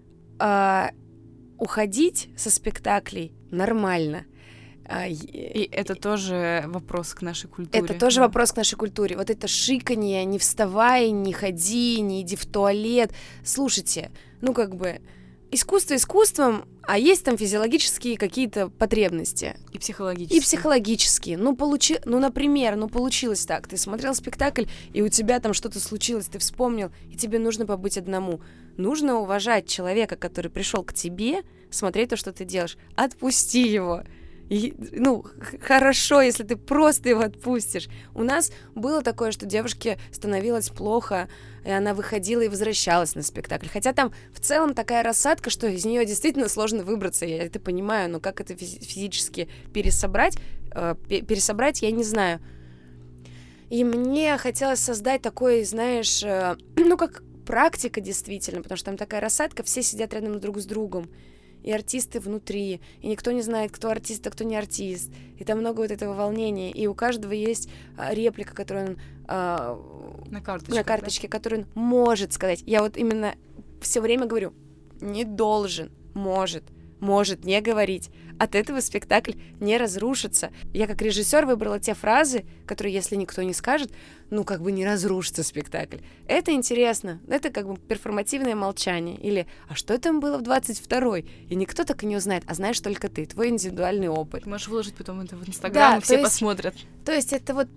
А, уходить со спектаклей нормально. А, И это тоже вопрос к нашей культуре. Это тоже да. вопрос к нашей культуре. Вот это шиканье, не вставай, не ходи, не иди в туалет. Слушайте, ну как бы искусство искусством, а есть там физиологические какие-то потребности. И психологически. И психологические. Ну, получи... ну, например, ну, получилось так. Ты смотрел спектакль, и у тебя там что-то случилось, ты вспомнил, и тебе нужно побыть одному. Нужно уважать человека, который пришел к тебе, смотреть то, что ты делаешь. Отпусти его. И, ну, х- хорошо, если ты просто его отпустишь. У нас было такое, что девушке становилось плохо, и она выходила и возвращалась на спектакль. Хотя там в целом такая рассадка, что из нее действительно сложно выбраться, я это понимаю, но как это физи- физически пересобрать, э, пе- пересобрать, я не знаю. И мне хотелось создать такой, знаешь, э, ну, как практика действительно, потому что там такая рассадка, все сидят рядом друг с другом, и артисты внутри, и никто не знает, кто артист, а кто не артист, и там много вот этого волнения, и у каждого есть а, реплика, которую он а, на карточке, на карточке, да? Которую он может сказать. Я вот именно все время говорю, не должен, может, может не говорить. От этого спектакль не разрушится. Я как режиссер выбрала те фразы, которые, если никто не скажет, ну, как бы не разрушится спектакль. Это интересно. Это как бы перформативное молчание. Или, а что там было в двадцать второй? И никто так и не узнает, а знаешь только ты, твой индивидуальный опыт. Ты можешь выложить потом это в Инстаграм, да, и все есть, посмотрят. То есть это вот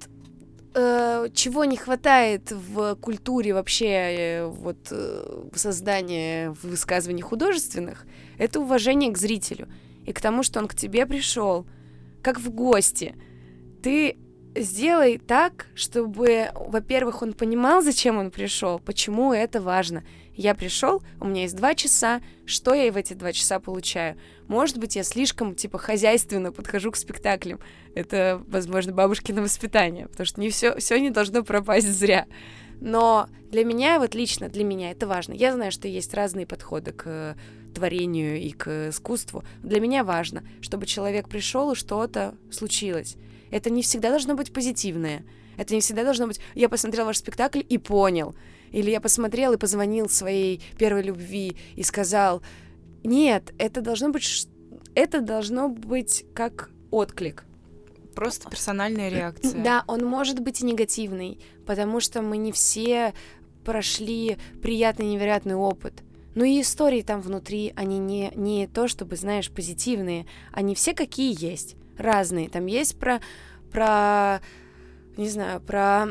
э, чего не хватает в культуре вообще э, вот э, создания высказываний художественных, это уважение к зрителю. И к тому, что он к тебе пришел, как в гости. Ты сделай так, чтобы, во-первых, он понимал, зачем он пришел, почему это важно. Я пришел, у меня есть два часа, что я в эти два часа получаю? Может быть, я слишком, типа, хозяйственно подхожу к спектаклям. Это, возможно, бабушкино воспитание, потому что не все, все не должно пропасть зря. Но для меня, вот лично для меня это важно. Я знаю, что есть разные подходы к творению и к искусству. Для меня важно, чтобы человек пришел и что-то случилось. Это не всегда должно быть позитивное. Это не всегда должно быть «я посмотрел ваш спектакль и понял». Или «я посмотрел и позвонил своей первой любви и сказал». Нет, это должно быть, это должно быть как отклик. Просто персональная реакция. Да, он может быть и негативный, потому что мы не все прошли приятный, невероятный опыт. Ну и истории там внутри, они не, не то, чтобы, знаешь, позитивные. Они все какие есть, разные. Там есть про, про не знаю, про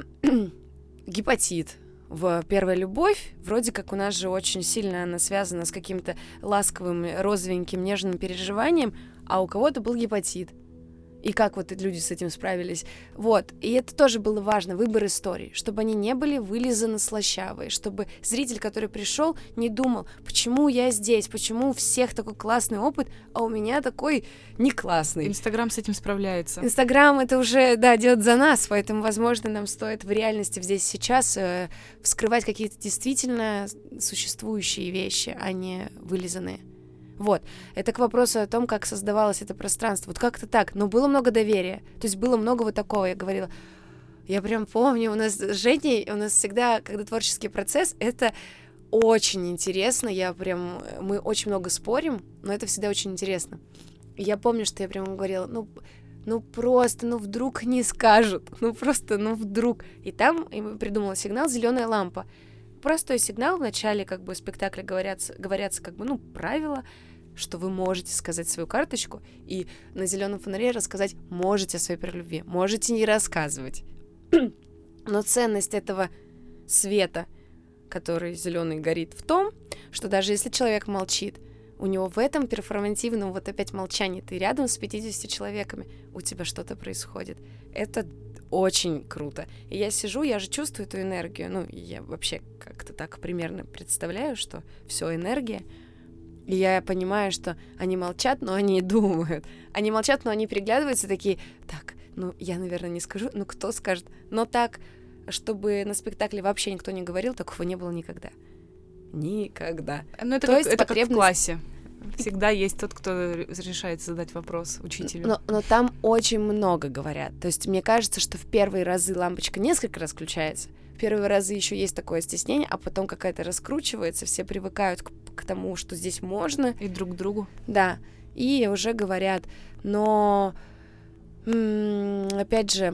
гепатит в «Первая любовь». Вроде как у нас же очень сильно она связана с каким-то ласковым, розовеньким, нежным переживанием, а у кого-то был гепатит. И как вот люди с этим справились. Вот. И это тоже было важно, выбор истории, чтобы они не были вылизаны слащавые, чтобы зритель, который пришел, не думал, почему я здесь, почему у всех такой классный опыт, а у меня такой не классный. Инстаграм с этим справляется. Инстаграм это уже, да, делает за нас, поэтому, возможно, нам стоит в реальности здесь сейчас э, вскрывать какие-то действительно существующие вещи, а не вылизанные. Вот, это к вопросу о том, как создавалось это пространство. Вот как-то так, но было много доверия. То есть было много вот такого, я говорила. Я прям помню, у нас с Женей, у нас всегда, когда творческий процесс, это очень интересно. Я прям, мы очень много спорим, но это всегда очень интересно. И я помню, что я прям говорила, ну, ну просто, ну вдруг не скажут, ну просто, ну вдруг. И там я придумала сигнал «Зеленая лампа». Простой сигнал в начале как бы спектакля говорятся, говорятся как бы, ну, правила, что вы можете сказать свою карточку и на зеленом фонаре рассказать можете о своей первой любви, можете не рассказывать. Но ценность этого света, который зеленый горит, в том, что даже если человек молчит, у него в этом перформативном вот опять молчании, ты рядом с пятьюдесятью человеками, у тебя что-то происходит. Это очень круто. И я сижу, я же чувствую эту энергию. Ну, я вообще как-то так примерно представляю, что все энергия. И я понимаю, что они молчат, но они думают. Они молчат, но они переглядываются такие, так, ну, я, наверное, не скажу, ну, кто скажет? Но так, чтобы на спектакле вообще никто не говорил, такого не было никогда. Никогда. Ну, это, То как, есть это потребность... как в классе. Всегда есть тот, кто решает задать вопрос учителю. Но, но там очень много говорят. То есть мне кажется, что в первые разы лампочка несколько раз включается. В первые разы еще есть такое стеснение, а потом какая-то раскручивается, все привыкают к, к тому, что здесь можно. И друг к другу. Да, и уже говорят. Но, м- опять же,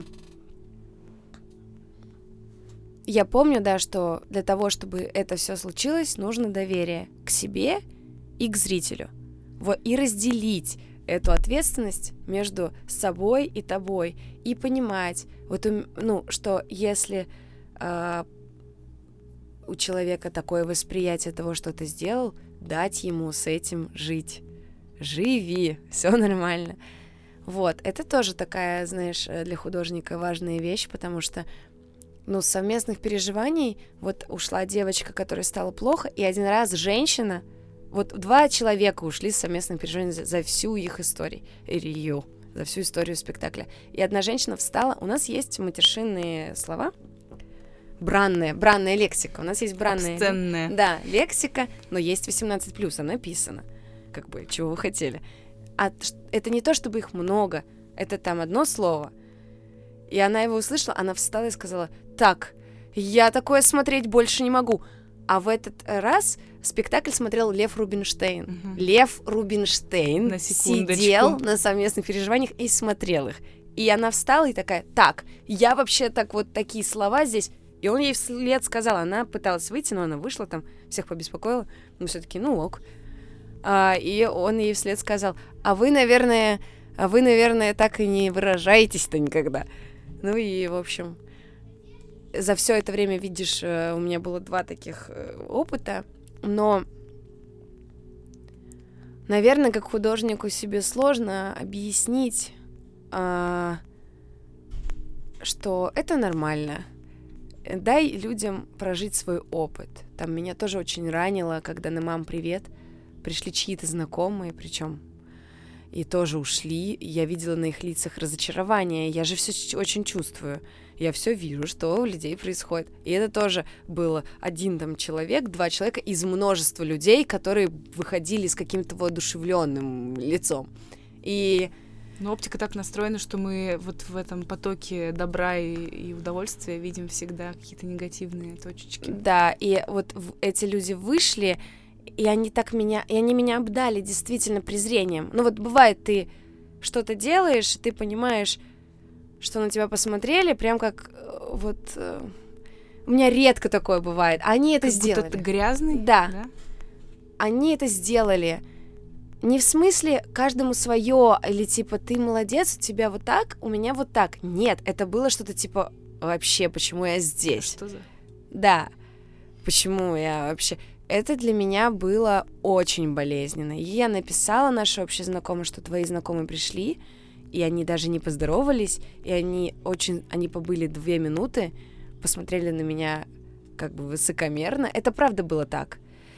я помню, да, что для того, чтобы это все случилось, нужно доверие к себе и к зрителю. Вот, и разделить эту ответственность между собой и тобой. И понимать, вот, ну, что если э, у человека такое восприятие того, что ты сделал, дать ему с этим жить. Живи, все нормально. Вот, это тоже такая, знаешь, для художника важная вещь, потому что ну, с совместных переживаний вот ушла девочка, которой стало плохо, и один раз женщина. Вот два человека ушли с совместных переживаний за, за всю их историю, ее, за всю историю спектакля. И одна женщина встала, у нас есть матершинные слова, бранная, бранная лексика. У нас есть бранная... Обсценная. Да, лексика, но есть восемнадцать плюс, а написано. Как бы, чего вы хотели. А это не то, чтобы их много. Это там одно слово. И она его услышала, она встала и сказала: так, я такое смотреть больше не могу. А в этот раз спектакль смотрел Лев Рубинштейн. Угу. Лев Рубинштейн на сидел на совместных переживаниях и смотрел их. И она встала и такая: так, я вообще так вот такие слова здесь. И он ей вслед сказал, она пыталась выйти, но она вышла, там всех побеспокоила. Мы все-таки, ну ок. А, и он ей вслед сказал: а вы, наверное, а вы, наверное, так и не выражаетесь-то никогда. Ну и, в общем, за все это время, видишь, у меня было два таких опыта, но, наверное, как художнику себе сложно объяснить, а, что это нормально. Дай людям прожить свой опыт. Там меня тоже очень ранило, когда на «Мам, привет» пришли чьи-то знакомые, причем и тоже ушли. Я видела на их лицах разочарование. Я же все очень чувствую. Я все вижу, что у людей происходит. И это тоже было один там человек, два человека из множества людей, которые выходили с каким-то воодушевленным лицом. И но оптика так настроена, что мы вот в этом потоке добра и, и удовольствия видим всегда какие-то негативные точечки. Да, и вот в, эти люди вышли, и они так меня, и они меня обдали действительно презрением. Ну вот бывает, ты что-то делаешь, и ты понимаешь, что на тебя посмотрели, прям как вот... У меня редко такое бывает. Они это как сделали. Будто ты грязный? Да. да. Они это сделали. Не в смысле каждому свое, или типа ты молодец, у тебя вот так, у меня вот так. Нет, это было что-то типа вообще, почему я здесь? Что за? Да, почему я вообще... Это для меня было очень болезненно. И я написала нашей общей знакомой, что твои знакомые пришли, и они даже не поздоровались, и они очень... Они побыли две минуты, посмотрели на меня как бы высокомерно. Это правда было так.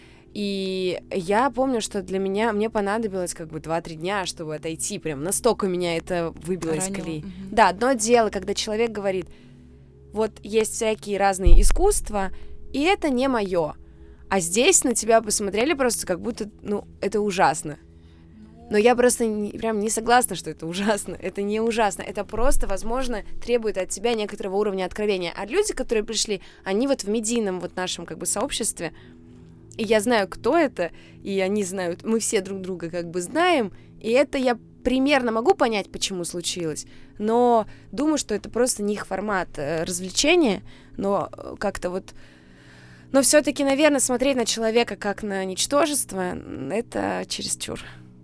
И я помню, что для меня, мне понадобилось как бы два-три дня, чтобы отойти, прям настолько меня это выбило из колеи. Угу. Да, одно дело, когда человек говорит, вот есть всякие разные искусства, и это не мое. А здесь на тебя посмотрели просто как будто, ну, это ужасно. Но я просто не, прям не согласна, что это ужасно. Это не ужасно. Это просто, возможно, требует от тебя некоторого уровня откровения. А люди, которые пришли, они вот в медийном вот нашем как бы сообществе, и я знаю, кто это, и они знают, мы все друг друга как бы знаем, и это я примерно могу понять, почему случилось, но думаю, что это просто не их формат э, развлечения, но как-то вот... Но все-таки, наверное, смотреть на человека как на ничтожество, это чересчур.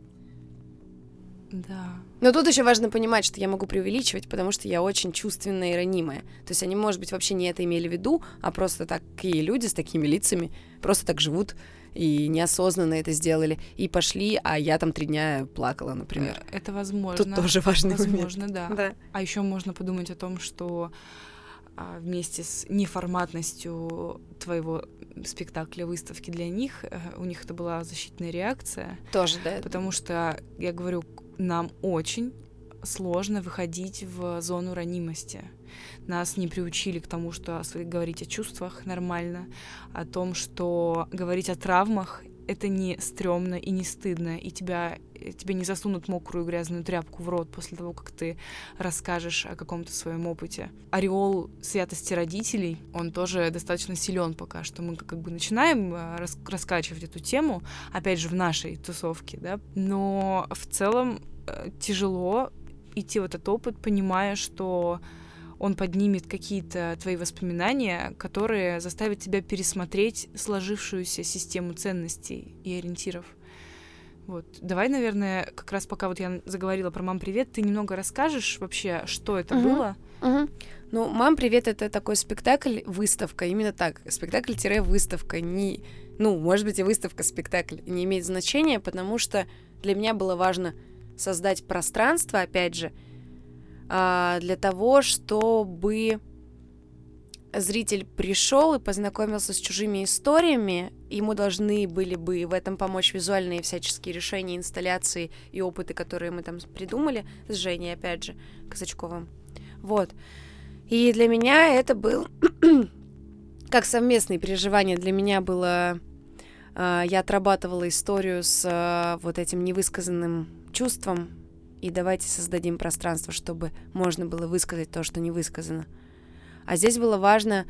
Да. Но тут еще важно понимать, что я могу преувеличивать, потому что я очень чувственная и ранимая. То есть они, может быть, вообще не это имели в виду, а просто такие люди с такими лицами просто так живут и неосознанно это сделали, и пошли, а я там три дня плакала, например. Это возможно. Тут тоже важный возможно, момент. да. да. А еще можно подумать о том, что а, вместе с неформатностью твоего спектакля, выставки для них, у них это была защитная реакция. Тоже, да. Потому что, я говорю, нам очень сложно выходить в зону ранимости. Нас не приучили к тому, что говорить о чувствах нормально, о том, что говорить о травмах — это не стрёмно и не стыдно, и тебя, тебе не засунут мокрую грязную тряпку в рот после того, как ты расскажешь о каком-то своем опыте. Ореол святости родителей, он тоже достаточно силен пока что. Мы как бы начинаем рас- раскачивать эту тему, опять же, в нашей тусовке, да, но в целом тяжело идти в этот опыт, понимая, что он поднимет какие-то твои воспоминания, которые заставят тебя пересмотреть сложившуюся систему ценностей и ориентиров. Вот. Давай, наверное, как раз пока вот я заговорила про «Мам, привет», ты немного расскажешь вообще, что это uh-huh. было? Uh-huh. Ну, «Мам, привет» — это такой спектакль, выставка, именно так, спектакль-выставка, не, ну, может быть, и выставка-спектакль, не имеет значения, потому что для меня было важно создать пространство, опять же, для того, чтобы зритель пришел и познакомился с чужими историями, ему должны были бы в этом помочь визуальные всяческие решения, инсталляции и опыты, которые мы там придумали с Женей, опять же, Казачковым. Вот. И для меня это был как совместные переживания для меня было... Э, я отрабатывала историю с э, вот этим невысказанным чувством, и давайте создадим пространство, чтобы можно было высказать то, что не высказано. А здесь было важно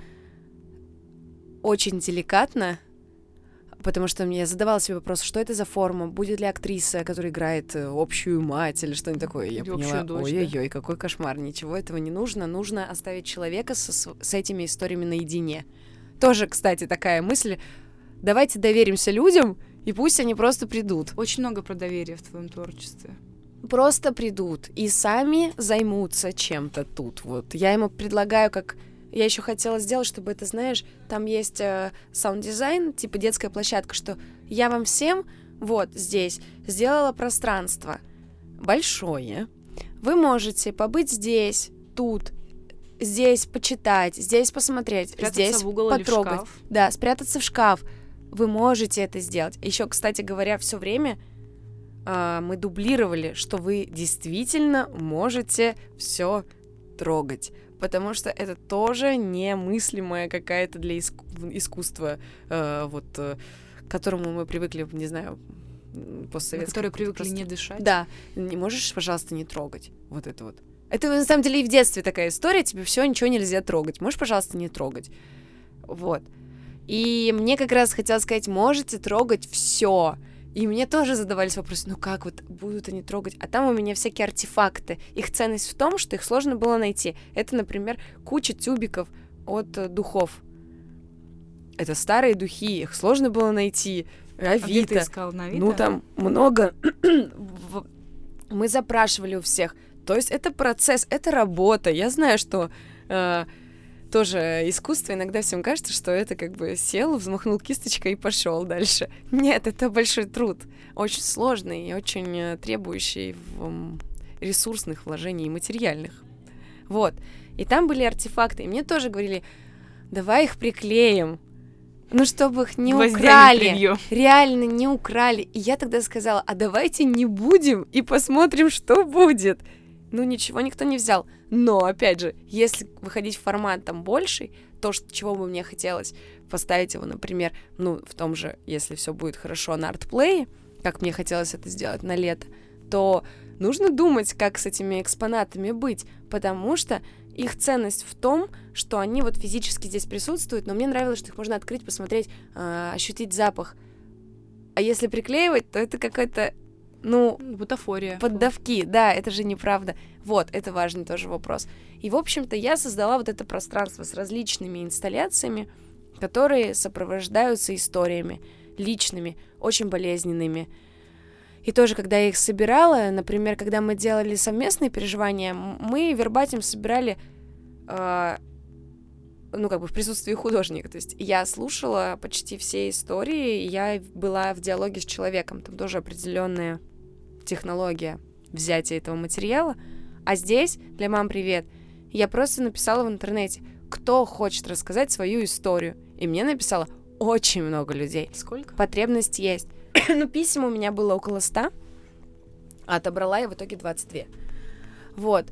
очень деликатно, потому что я задавала себе вопрос, что это за форма, будет ли актриса, которая играет общую мать или что-нибудь такое. Я или поняла, дочь, ой-ой-ой, да? какой кошмар, ничего этого не нужно, нужно оставить человека со, с этими историями наедине. Тоже, кстати, такая мысль, давайте доверимся людям, и пусть они просто придут. Очень много про доверие в твоем творчестве. Просто придут и сами займутся чем-то тут. Вот я ему предлагаю, как... Я еще хотела сделать, чтобы это, знаешь, там есть э, саунд-дизайн, типа детская площадка, что я вам всем вот здесь сделала пространство большое. Вы можете побыть здесь, тут, здесь почитать, здесь посмотреть, спрятаться здесь в угол потрогать. Или в шкаф. Да, спрятаться в шкаф. Вы можете это сделать. Еще, кстати говоря, все время э, мы дублировали, что вы действительно можете все трогать. Потому что это тоже немыслимая какая-то для иску- искусства, э, вот, э, к которому мы привыкли, не знаю, постсоветскому. Которые привыкли просто... не дышать. Да. Не можешь, пожалуйста, не трогать. Вот это вот. Это, на самом деле, и в детстве такая история, тебе все, ничего нельзя трогать. Можешь, пожалуйста, не трогать. Вот. И мне как раз хотелось сказать, можете трогать все. И мне тоже задавались вопросы, ну как вот будут они трогать? А там у меня всякие артефакты. Их ценность в том, что их сложно было найти. Это, например, куча тюбиков от э, духов. Это старые духи, их сложно было найти. Авито. А где ты искал? На Авито? Ну там много. Мы запрашивали у всех. То есть это процесс, это работа. Я знаю, что... Э, тоже искусство, иногда всем кажется, что это как бы сел, взмахнул кисточкой и пошел дальше. Нет, это большой труд, очень сложный и очень требующий ресурсных вложений и материальных. Вот. И там были артефакты, и мне тоже говорили, давай их приклеим, ну, чтобы их не Гвоздями украли, прибьем. Реально не украли. И я тогда сказала, а давайте не будем и посмотрим, что будет. Ну, ничего никто не взял. Но, опять же, если выходить в формат там больший, то, что, чего бы мне хотелось, поставить его, например, ну, в том же, если все будет хорошо на артплее, как мне хотелось это сделать на лето, то нужно думать, как с этими экспонатами быть, потому что их ценность в том, что они вот физически здесь присутствуют, но мне нравилось, что их можно открыть, посмотреть, э, ощутить запах. А если приклеивать, то это какая-то, ну... бутафория. Поддавки, да, это же неправда. Вот, это важный тоже вопрос. И, в общем-то, я создала вот это пространство с различными инсталляциями, которые сопровождаются историями личными, очень болезненными. И тоже, когда я их собирала, например, когда мы делали совместные переживания, мы вербатим собирали, э, ну, как бы в присутствии художника. То есть я слушала почти все истории, я была в диалоге с человеком. Там тоже определенная технология взятия этого материала. А здесь, для «Мам, привет», я просто написала в интернете, кто хочет рассказать свою историю. И мне написало очень много людей. Сколько? Потребность есть. Ну, писем у меня было около ста, а отобрала я в итоге двадцать два. Вот.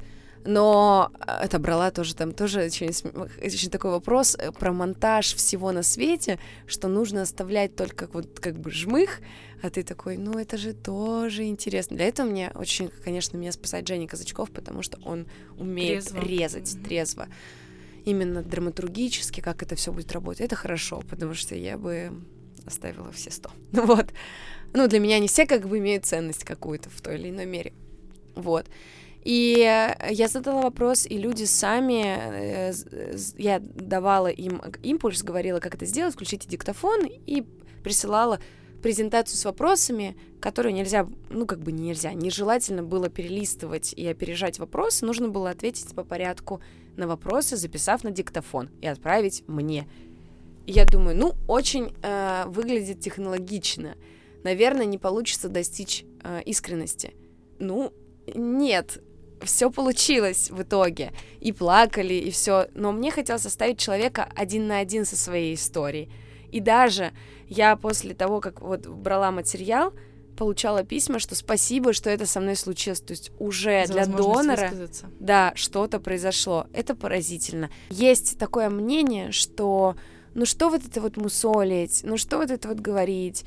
Но отобрала тоже там, тоже очень, очень такой вопрос про монтаж всего на свете, что нужно оставлять только вот как бы жмых, а ты такой, ну, это же тоже интересно. Для этого мне очень, конечно, меня спасает Женя Казачков, потому что он умеет трезво. резать Mm-hmm. трезво. Именно драматургически, как это все будет работать. Это хорошо, потому что я бы оставила все сто. Ну вот. Ну, для меня они все как бы имеют ценность какую-то в той или иной мере. Вот. И я задала вопрос, и люди сами, я давала им импульс, говорила, как это сделать, включите диктофон, и присылала презентацию с вопросами, которые нельзя, ну, как бы нельзя, нежелательно было перелистывать и опережать вопросы, нужно было ответить по порядку на вопросы, записав на диктофон, и отправить мне. И я думаю, ну, очень э, выглядит технологично. Наверное, не получится достичь э, искренности. Ну, нет, все получилось в итоге. И плакали, и все. Но мне хотелось оставить человека один на один со своей историей. И даже я после того, как вот брала материал, получала письма, что спасибо, что это со мной случилось. То есть уже За для донора, высказаться. да, что-то произошло. Это поразительно. Есть такое мнение, что ну что вот это вот мусолить, ну что вот это вот говорить.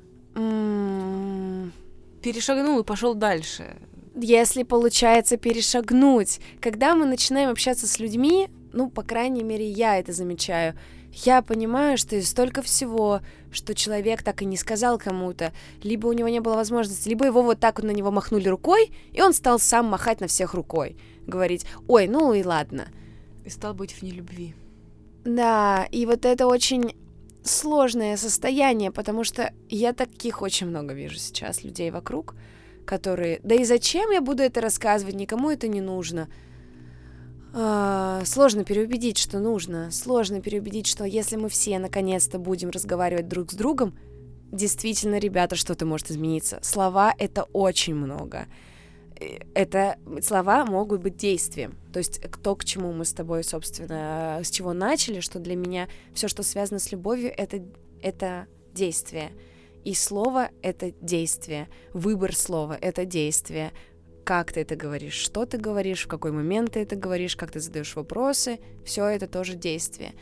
М-м- Перешагнул и пошел дальше. Если получается перешагнуть, когда мы начинаем общаться с людьми, ну, по крайней мере, я это замечаю, я понимаю, что есть столько всего, что человек так и не сказал кому-то, либо у него не было возможности, либо его вот так вот на него махнули рукой, и он стал сам махать на всех рукой, говорить, ой, ну и ладно. И стал быть в нелюбви. Да, и вот это очень сложное состояние, потому что я таких очень много вижу сейчас людей вокруг, которые, да и зачем я буду это рассказывать, никому это не нужно. Сложно переубедить, что нужно. Сложно переубедить, что если мы все наконец-то будем разговаривать друг с другом, действительно, ребята, что-то может измениться. Слова — это очень много. Это слова могут быть действием. То есть то, к чему мы с тобой, собственно, с чего начали, что для меня все, что связано с любовью, это, это действие. И слово — это действие. Выбор слова — это действие. Как ты это говоришь, что ты говоришь, в какой момент ты это говоришь, как ты задаешь вопросы, все это тоже действие.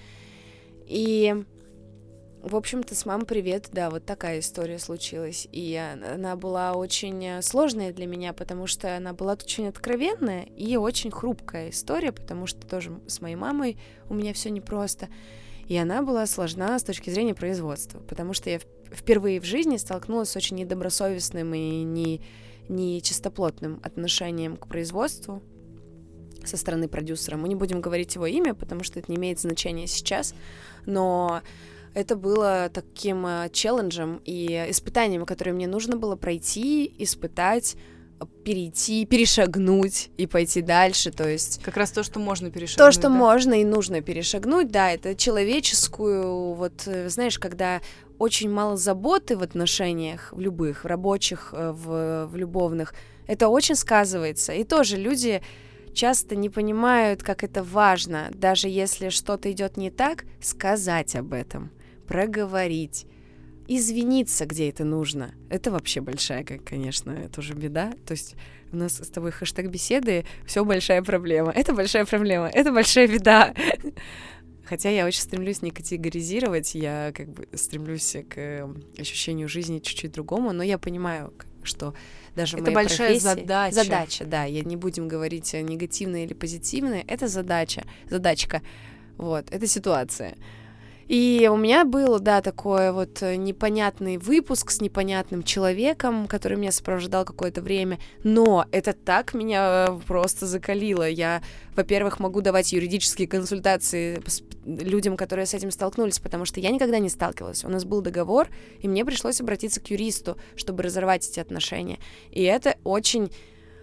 И, в общем-то, с мамой привет, да, вот такая история случилась. И она была очень сложная для меня, потому что она была очень откровенная и очень хрупкая история, потому что тоже с моей мамой у меня все непросто. И она была сложна с точки зрения производства, потому что я впервые в жизни столкнулась с очень недобросовестным и не... нечистоплотным отношением к производству со стороны продюсера. Мы не будем говорить его имя, потому что это не имеет значения сейчас, но это было таким челленджем и испытанием, которое мне нужно было пройти, испытать, перейти, перешагнуть и пойти дальше, то есть... Как раз то, что можно перешагнуть, То, что да? можно и нужно перешагнуть, да, это человеческую, вот, знаешь, когда очень мало заботы в отношениях, в любых, в рабочих, в, в любовных, это очень сказывается, и тоже люди часто не понимают, как это важно, даже если что-то идет не так, сказать об этом, проговорить, извиниться, где это нужно. Это вообще большая, конечно, тоже беда. То есть у нас с тобой хэштег беседы, все большая проблема. Это большая проблема, это большая беда. Хотя я очень стремлюсь не категоризировать, я как бы стремлюсь к ощущению жизни чуть-чуть другому, но я понимаю, что даже в моей профессии... Это большая задача. Задача, да. Я не будем говорить негативное или позитивное. Это задача, задачка. Вот, это ситуация. И у меня был, да, такой вот непонятный выпуск с непонятным человеком, который меня сопровождал какое-то время, но это так меня просто закалило. Я, во-первых, могу давать юридические консультации людям, которые с этим столкнулись, потому что я никогда не сталкивалась. У нас был договор, и мне пришлось обратиться к юристу, чтобы разорвать эти отношения. И это очень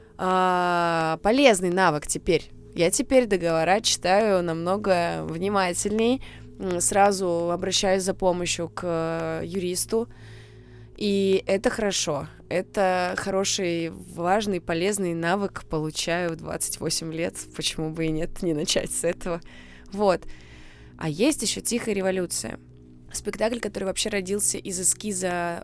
э, полезный навык теперь. Я теперь договора читаю намного внимательней, сразу обращаюсь за помощью к юристу, и это хорошо. Это хороший, важный, полезный навык получаю в двадцать восемь лет, почему бы и нет, не начать с этого. Вот. А есть еще «Тихая революция». Спектакль, который вообще родился из эскиза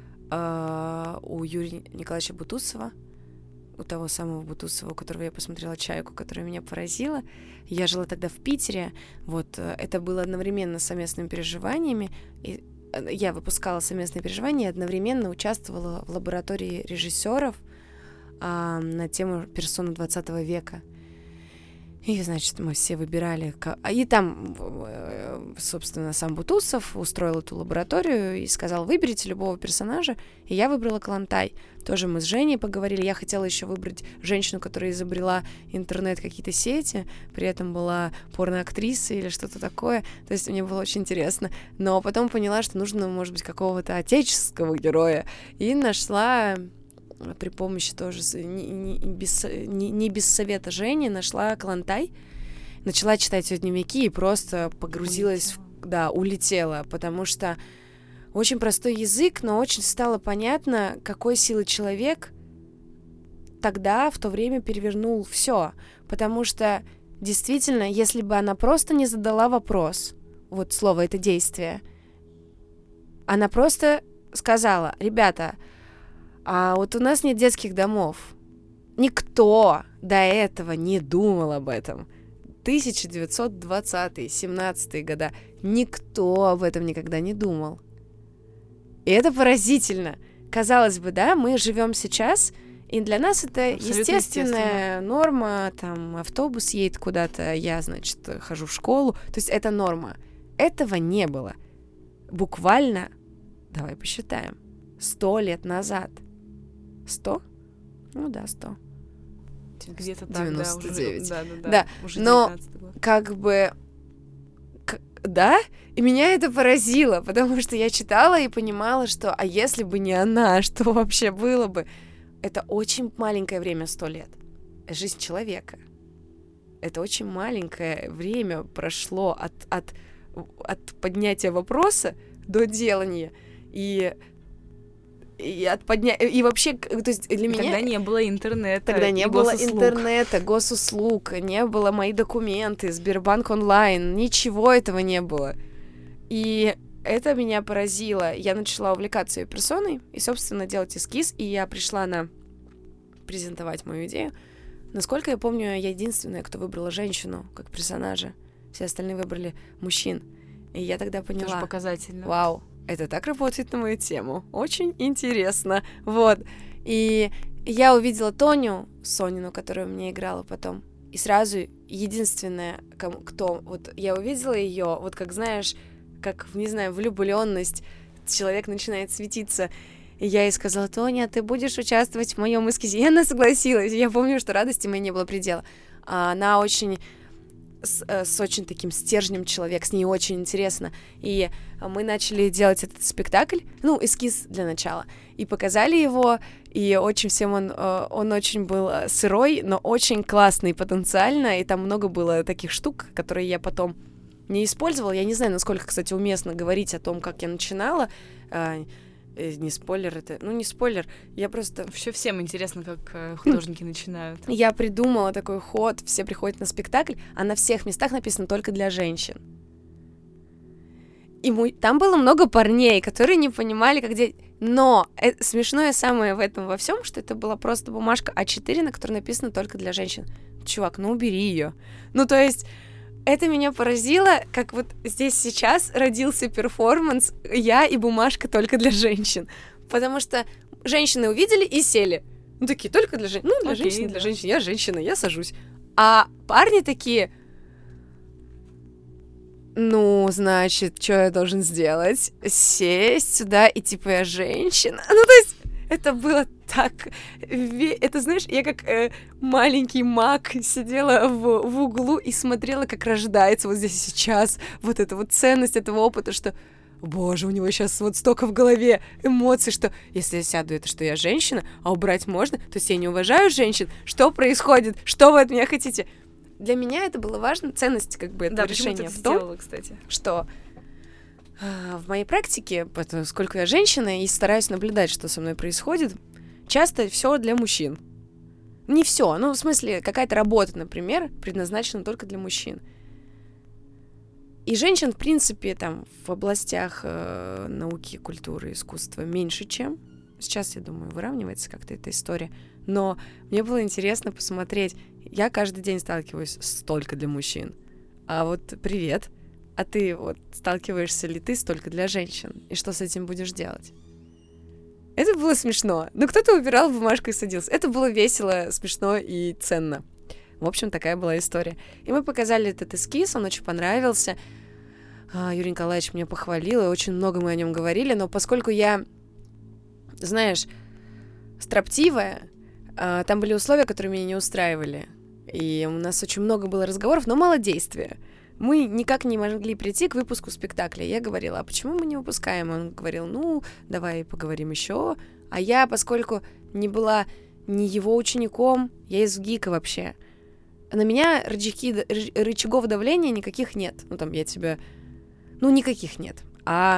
э, у Юрия Николаевича Бутусова, у того самого Бутусова, у которого я посмотрела «Чайку», которая меня поразила. Я жила тогда в Питере, вот, это было одновременно с совместными переживаниями, и я выпускала совместные переживания и одновременно участвовала в лаборатории режиссеров а, на тему персоны двадцатого века. И, значит, мы все выбирали... И там, собственно, сам Бутусов устроил эту лабораторию и сказал, выберите любого персонажа. И я выбрала Калантай. Тоже мы с Женей поговорили. Я хотела еще выбрать женщину, которая изобрела интернет, какие-то сети, при этом была порноактрисой или что-то такое. То есть мне было очень интересно. Но потом поняла, что нужно, может быть, какого-то отеческого героя. И нашла... при помощи тоже, не, не, без, не, не без совета Жени, нашла Калантай, начала читать ее дневники и просто погрузилась, улетела. В, да, улетела, потому что очень простой язык, но очень стало понятно, какой силы человек тогда, в то время, перевернул все, потому что действительно, если бы она просто не задала вопрос, вот слово это действие, она просто сказала, ребята, а вот у нас нет детских домов. Никто до этого не думал об этом. тысяча девятьсот двадцатые, семнадцатые года. Никто об этом никогда не думал. И это поразительно. Казалось бы, да, мы живем сейчас, и для нас это естественная норма. Там автобус едет куда-то, я, значит, хожу в школу. То есть это норма. Этого не было. Буквально, давай посчитаем, сто лет назад. Сто? Ну да, сто. Где-то так, девяносто девять. Да, уже, да, да, да. Да, уже но год. как бы, к- да, и меня это поразило, потому что я читала и понимала, что, а если бы не она, что вообще было бы? Это очень маленькое время, сто лет. Жизнь человека. Это очень маленькое время прошло от, от, от поднятия вопроса до делания. И И, от подня... и вообще, то есть для меня... Тогда не было интернета. Тогда не было госуслуг. интернета, госуслуг, не было мои документы, Сбербанк онлайн, ничего этого не было. И это меня поразило. Я начала увлекаться ее персоной и, собственно, делать эскиз, и я пришла на презентовать мою идею. Насколько я помню, я единственная, кто выбрала женщину как персонажа. Все остальные выбрали мужчин. И я тогда поняла... Тоже показательно. Вау. Это так работает на мою тему. Очень интересно. Вот. И я увидела Тоню, Сонину, которая у меня играла потом. И сразу единственная, кто... Вот я увидела ее, вот как, знаешь, как, не знаю, влюбленность. Человек начинает светиться. И я ей сказала: Тоня, ты будешь участвовать в моем эскизе? И она согласилась. Я помню, что радости моей не было предела. А она очень... С, с очень таким стержнем человек, с ней очень интересно. И мы начали делать этот спектакль, ну, эскиз для начала, и показали его, и очень всем он, он очень был сырой, но очень классный потенциально, и там много было таких штук, которые я потом не использовала. Я не знаю, насколько, кстати, уместно говорить о том, как я начинала. Не спойлер это, ну не спойлер, я просто... Вообще всем интересно, как художники начинают. Я придумала такой ход, все приходят на спектакль, а на всех местах написано только для женщин. И мы... там было много парней, которые не понимали, как делать. Но это... смешное самое в этом во всем, что это была просто бумажка а четыре, на которой написано только для женщин. Чувак, ну убери ее. Ну то есть... Это меня поразило, как вот здесь сейчас родился перформанс «Я и бумажка только для женщин». Потому что женщины увидели и сели. Ну, такие, только для женщин. Ну, для Окей, женщин, да. для женщин. Я женщина, я сажусь. А парни такие... Ну, значит, что я должен сделать? Сесть сюда и типа я женщина? Ну, то есть... Это было так... Это, знаешь, я как э, маленький маг сидела в, в углу и смотрела, как рождается вот здесь и сейчас вот эта вот ценность этого опыта, что, боже, у него сейчас вот столько в голове эмоций, что если я сяду, это что, я женщина, а убрать можно? То есть я не уважаю женщин? Что происходит? Что вы от меня хотите? Для меня это было важно, ценность как бы этого да, решения в том, сделала, кстати. что... В моей практике, поскольку я женщина и стараюсь наблюдать, что со мной происходит, часто все для мужчин. Не все, ну, в смысле, какая-то работа, например, предназначена только для мужчин. И женщин, в принципе, там, в областях э, науки, культуры, искусства меньше, чем. Сейчас, я думаю, выравнивается как-то эта история. Но мне было интересно посмотреть. Я каждый день сталкиваюсь с только для мужчин. А вот привет. А ты вот сталкиваешься ли ты столько для женщин? И что с этим будешь делать? Это было смешно. Но кто-то убирал бумажку и садился. Это было весело, смешно и ценно. В общем, такая была история. И мы показали этот эскиз, он очень понравился. Юрий Николаевич меня похвалил, и очень много мы о нем говорили. Но поскольку я, знаешь, строптивая, там были условия, которые меня не устраивали. И у нас очень много было разговоров, но мало действия. Мы никак не могли прийти к выпуску спектакля. Я говорила, а почему мы не выпускаем? Он говорил, ну, давай поговорим еще. А я, поскольку не была ни его учеником, я из ГИКа вообще, на меня рычаги, рычагов давления никаких нет. Ну, там, я тебя... Ну, никаких нет. А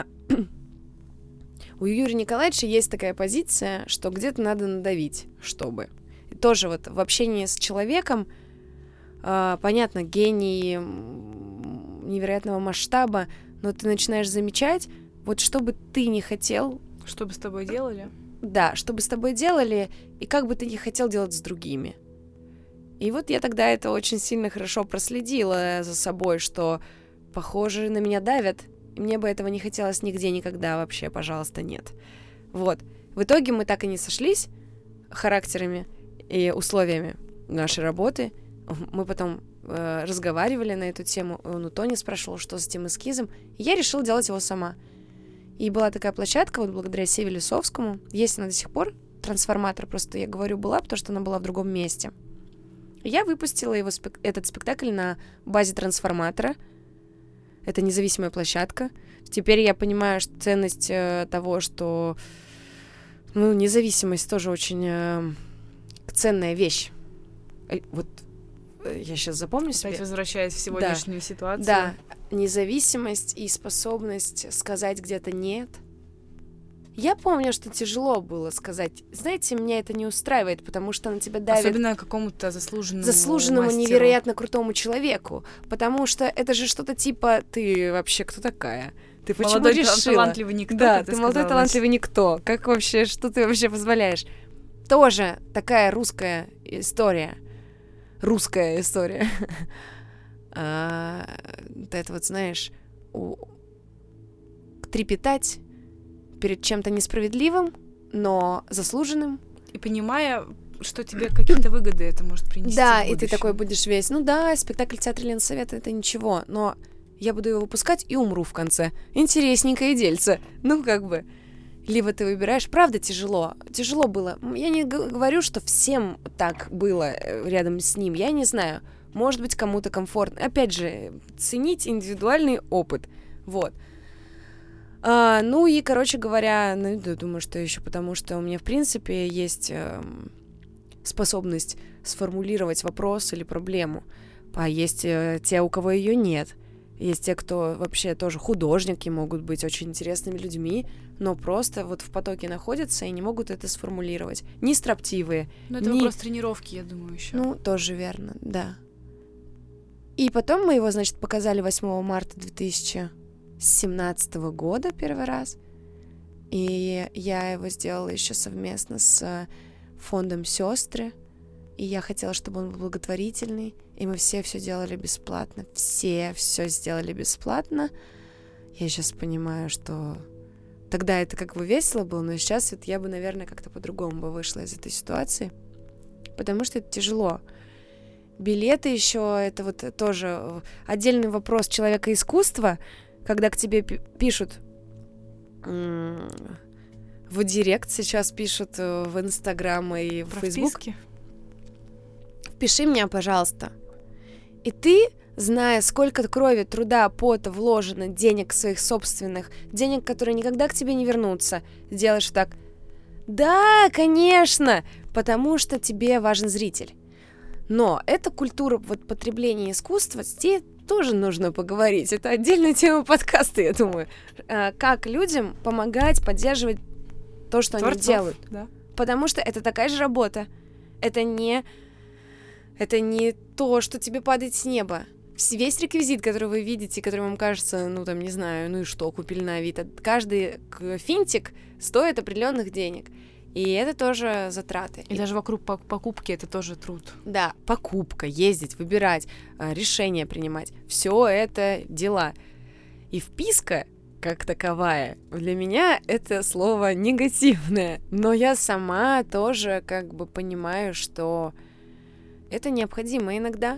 у Юрия Николаевича есть такая позиция, что где-то надо надавить, чтобы. И тоже вот в общении с человеком, э, понятно, гений невероятного масштаба, но ты начинаешь замечать, вот что бы ты не хотел... Что бы с тобой делали? Да, что бы с тобой делали, и как бы ты не хотел делать с другими. И вот я тогда это очень сильно хорошо проследила за собой, что, похоже, на меня давят, и мне бы этого не хотелось нигде, никогда вообще, пожалуйста, нет. Вот. В итоге мы так и не сошлись характерами и условиями нашей работы. Мы потом э, разговаривали на эту тему. Он у Тони спрашивал, что с тем эскизом. И я решила делать его сама. И была такая площадка, вот благодаря Севе Лисовскому. Есть она до сих пор, трансформатор, просто я говорю была, потому что она была в другом месте. Я выпустила его, спек- этот спектакль на базе трансформатора. Это независимая площадка. Теперь я понимаю что ценность э, того, что ну, независимость тоже очень э, ценная вещь. Э, вот э, я сейчас запомню Кстати, себе. возвращаясь в сегодняшнюю да. ситуацию. Да, независимость и способность сказать где-то «нет». Я помню, что тяжело было сказать. Знаете, меня это не устраивает, потому что на тебя давит... Особенно какому-то заслуженному Заслуженному, мастеру. невероятно крутому человеку. Потому что это же что-то типа «ты вообще кто такая?» Ты почему молодой, решила? талантливый никто, Да, ты ты молодой, сказала. талантливый никто. Как вообще, что ты вообще позволяешь? Тоже такая русская история. Русская история. а, это вот, знаешь, у... трепетать перед чем-то несправедливым, но заслуженным. И понимая, что тебе какие-то выгоды это может принести. Да, в и ты будущем. такой будешь весь, ну да, спектакль театра Ленсовета — это ничего, но я буду его выпускать и умру в конце. Интересненькое дельце. Ну, как бы. Либо ты выбираешь, правда, тяжело. Тяжело было. Я не г- говорю, что всем так было рядом с ним. Я не знаю. Может быть, кому-то комфортно. Опять же, ценить индивидуальный опыт. Вот. А, ну и, короче говоря, ну, я думаю, что еще потому, что у меня, в принципе, есть э, способность сформулировать вопрос или проблему. А есть э, те, у кого ее нет. Есть те, кто вообще тоже художники, могут быть очень интересными людьми, но просто вот в потоке находятся и не могут это сформулировать. Не строптивые. Ну, это не... вопрос тренировки, я думаю, еще. Ну, тоже верно, да. И потом мы его, значит, показали восьмого марта две тысячи семнадцатого года первый раз. И я его сделала еще совместно с фондом «Сестры». И я хотела, чтобы он был благотворительный. И мы все все делали бесплатно. Все все сделали бесплатно. Я сейчас понимаю, что тогда это как бы весело было, но сейчас вот я бы, наверное, как-то по-другому бы вышла из этой ситуации. Потому что это тяжело. Билеты еще, это вот тоже отдельный вопрос человека искусства, когда к тебе пишут в директ, сейчас пишут в Инстаграм и в Фейсбук. Пиши мне, пожалуйста. И ты, зная, сколько крови, труда, пота вложено, денег своих собственных, денег, которые никогда к тебе не вернутся, делаешь так: да, конечно, потому что тебе важен зритель. Но эта культура вот, потребления искусства, здесь тоже нужно поговорить. Это отдельная тема подкаста, я думаю. Как людям помогать, поддерживать то, что Творцов, они делают. Да. Потому что это такая же работа. Это не... Это не то, что тебе падает с неба. Весь реквизит, который вы видите, который вам кажется, ну, там, не знаю, ну и что, купили на Авито. Каждый финтик стоит определенных денег. И это тоже затраты. И, и даже вокруг покупки это тоже труд. Да, покупка, ездить, выбирать, решения принимать. Все это дела. И вписка, как таковая, для меня это слово негативное. Но я сама тоже как бы понимаю, что это необходимо иногда.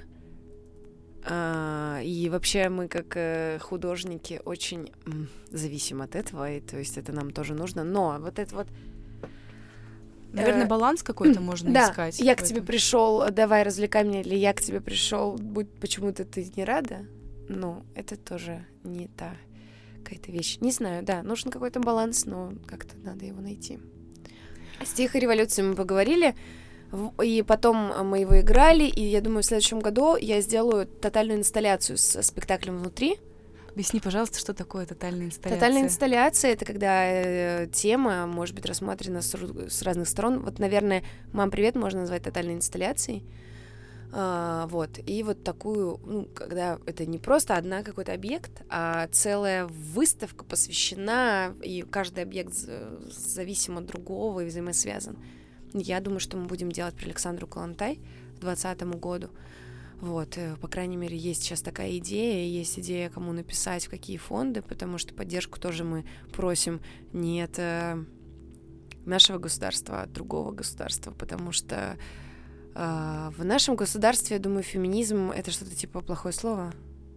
А, и вообще мы как художники очень м, зависим от этого, и то есть это нам тоже нужно. Но вот это вот... Наверное, э, баланс какой-то можно да, искать. Я к тебе пришел, давай развлекай меня, или я к тебе пришел, будь почему-то ты не рада. Ну, это тоже не та какая-то вещь. Не знаю, да, нужен какой-то баланс, но как-то надо его найти. С «Тихой революцией» мы поговорили. И потом мы его играли, и я думаю, в следующем году я сделаю тотальную инсталляцию с спектаклем внутри. Объясни, пожалуйста, что такое тотальная инсталляция. Тотальная инсталляция — это когда э, тема может быть рассмотрена с, с разных сторон. Вот, наверное, «Мам, привет» можно назвать тотальной инсталляцией. А, вот. И вот такую, ну, когда это не просто одна какой-то объект, а целая выставка посвящена, и каждый объект зависим от другого и взаимосвязан. Я думаю, что мы будем делать про Александру Калантай к двадцатому году. Вот, по крайней мере, есть сейчас такая идея, есть идея, кому написать, в какие фонды, потому что поддержку тоже мы просим не от э, нашего государства, а от другого государства, потому что э, в нашем государстве, я думаю, феминизм — это что-то типа плохое слово.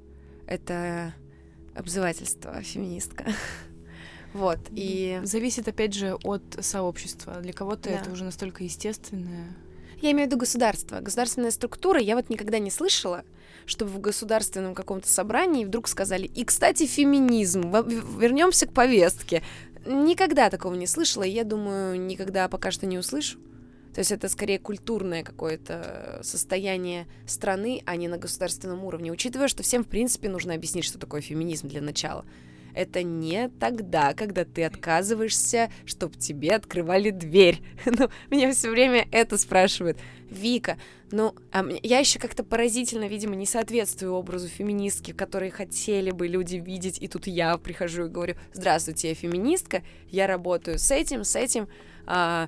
Это обзывательство, феминистка. Вот, и... Зависит, опять же, от сообщества. Для кого-то Да. это уже настолько естественное. Я имею в виду государство. Государственная структура. Я вот никогда не слышала, чтобы в государственном каком-то собрании вдруг сказали: и, кстати, феминизм. Вернемся к повестке. Никогда такого не слышала, и я думаю, никогда пока что не услышу. То есть это скорее культурное какое-то состояние страны, а не на государственном уровне. Учитывая, что всем, в принципе, нужно объяснить, что такое феминизм для начала. Это не тогда, когда ты отказываешься, чтобы тебе открывали дверь. Ну, меня все время это спрашивают. Вика, ну, а я еще как-то поразительно, видимо, не соответствую образу феминистки, которые хотели бы люди видеть, и тут я прихожу и говорю: здравствуйте, я феминистка, я работаю с этим, с этим, а,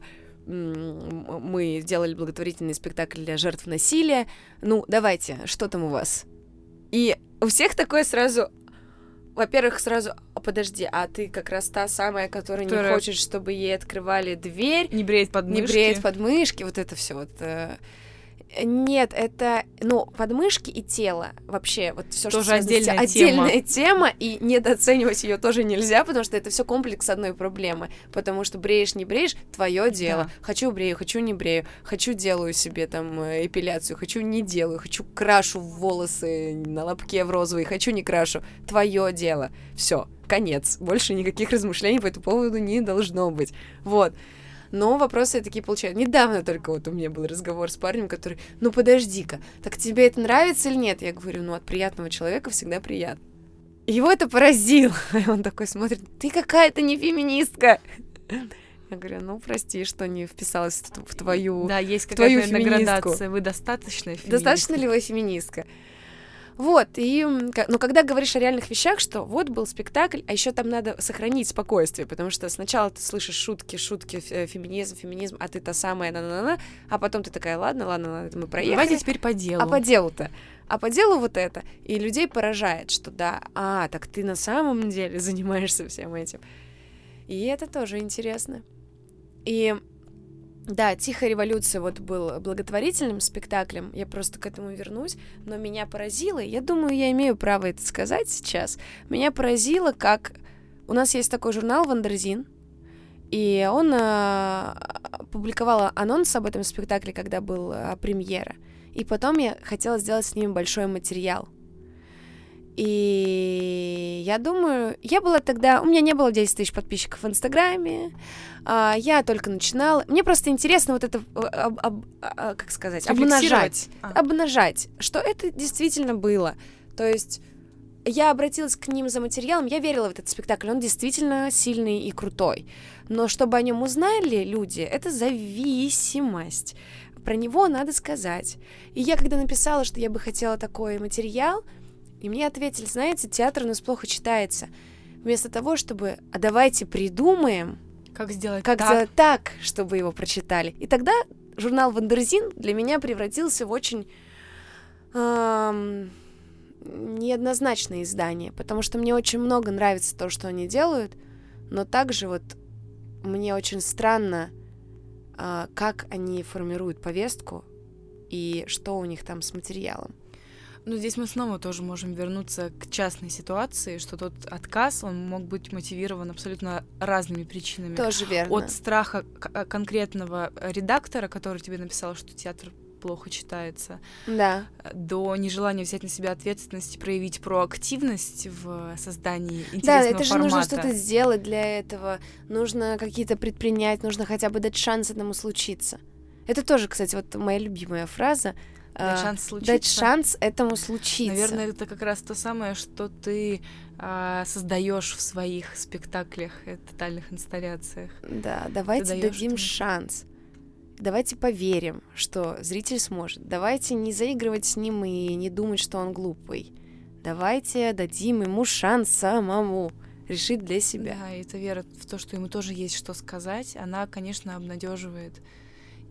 мы делали благотворительный спектакль для жертв насилия, ну, давайте, что там у вас? И у всех такое сразу... Во-первых, сразу, а подожди, а ты как раз та самая, которая, которая не хочет, чтобы ей открывали дверь. Не бреет подмышки. Не бреет подмышки, вот это все вот. Э... Нет, это, ну, подмышки и тело вообще, вот все, что отдельная, отдельная тема, и недооценивать ее тоже нельзя, потому что это все комплекс одной проблемы, потому что бреешь, не бреешь, твое дело. Да. Хочу брею, хочу не брею, хочу делаю себе там эпиляцию, хочу не делаю, хочу крашу волосы на лобке в розовый, хочу не крашу, твое дело. Все, конец, больше никаких размышлений по этому поводу не должно быть. Вот. Но вопросы я такие получаю. Недавно только вот у меня был разговор с парнем, который: ну подожди-ка, так тебе это нравится или нет? Я говорю: ну от приятного человека всегда приятно. Его это поразило. И он такой смотрит: ты какая-то не феминистка. Я говорю: ну прости, что не вписалась в твою Да, есть какая-то градация. Вы достаточно феминистка? Достаточно ли вы феминистка? Вот, и, ну, когда говоришь о реальных вещах, что вот был спектакль, а еще там надо сохранить спокойствие, потому что сначала ты слышишь шутки, шутки, феминизм, феминизм, а ты та самая, на-на-на, а потом ты такая: ладно, ладно, ладно, мы проехали. Давайте теперь по делу. А по делу-то? А по делу вот это. И людей поражает, что да, а, так ты на самом деле занимаешься всем этим. И это тоже интересно. И... Да, «Тихая революция» вот был благотворительным спектаклем, я просто к этому вернусь, но меня поразило, я думаю, я имею право это сказать сейчас, меня поразило, как... У нас есть такой журнал «Вандерзин», и он а, публиковал анонс об этом спектакле, когда был а, премьера, и потом я хотела сделать с ними большой материал. И я думаю, я была тогда... У меня не было десять тысяч подписчиков в Инстаграме, а, я только начинала. Мне просто интересно вот это, об, об, об, как сказать, обнажать. А. Обнажать, что это действительно было. То есть я обратилась к ним за материалом, я верила в этот спектакль, он действительно сильный и крутой. Но чтобы о нем узнали люди, это зависимость. Про него надо сказать. И я когда написала, что я бы хотела такой материал, и мне ответили: знаете, театр у нас плохо читается. Вместо того, чтобы, а давайте придумаем, как сделать как так. сделать так, чтобы его прочитали. И тогда журнал «Вандерзин» для меня превратился в очень эм, неоднозначное издание, потому что мне очень много нравится то, что они делают, но также вот мне очень странно, э, как они формируют повестку и что у них там с материалом. Ну, здесь мы снова тоже можем вернуться к частной ситуации, что тот отказ, он мог быть мотивирован абсолютно разными причинами. Тоже верно. От страха к- конкретного редактора, который тебе написал, что театр плохо читается, да. до нежелания взять на себя ответственность и проявить проактивность в создании интересного формата. Да, это же формата. Нужно что-то сделать для этого, нужно какие-то предпринять, нужно хотя бы дать шанс этому случиться. Это тоже, кстати, вот моя любимая фраза. Дать шанс случиться. Дать шанс этому случиться. Наверное, это как раз то самое, что ты а, создаешь в своих спектаклях, и тотальных инсталляциях. Да, давайте дадим шанс. Давайте поверим, что зритель сможет. Давайте не заигрывать с ним и не думать, что он глупый. Давайте дадим ему шанс самому решить для себя. Да, и эта вера в то, что ему тоже есть что сказать, она, конечно, обнадеживает.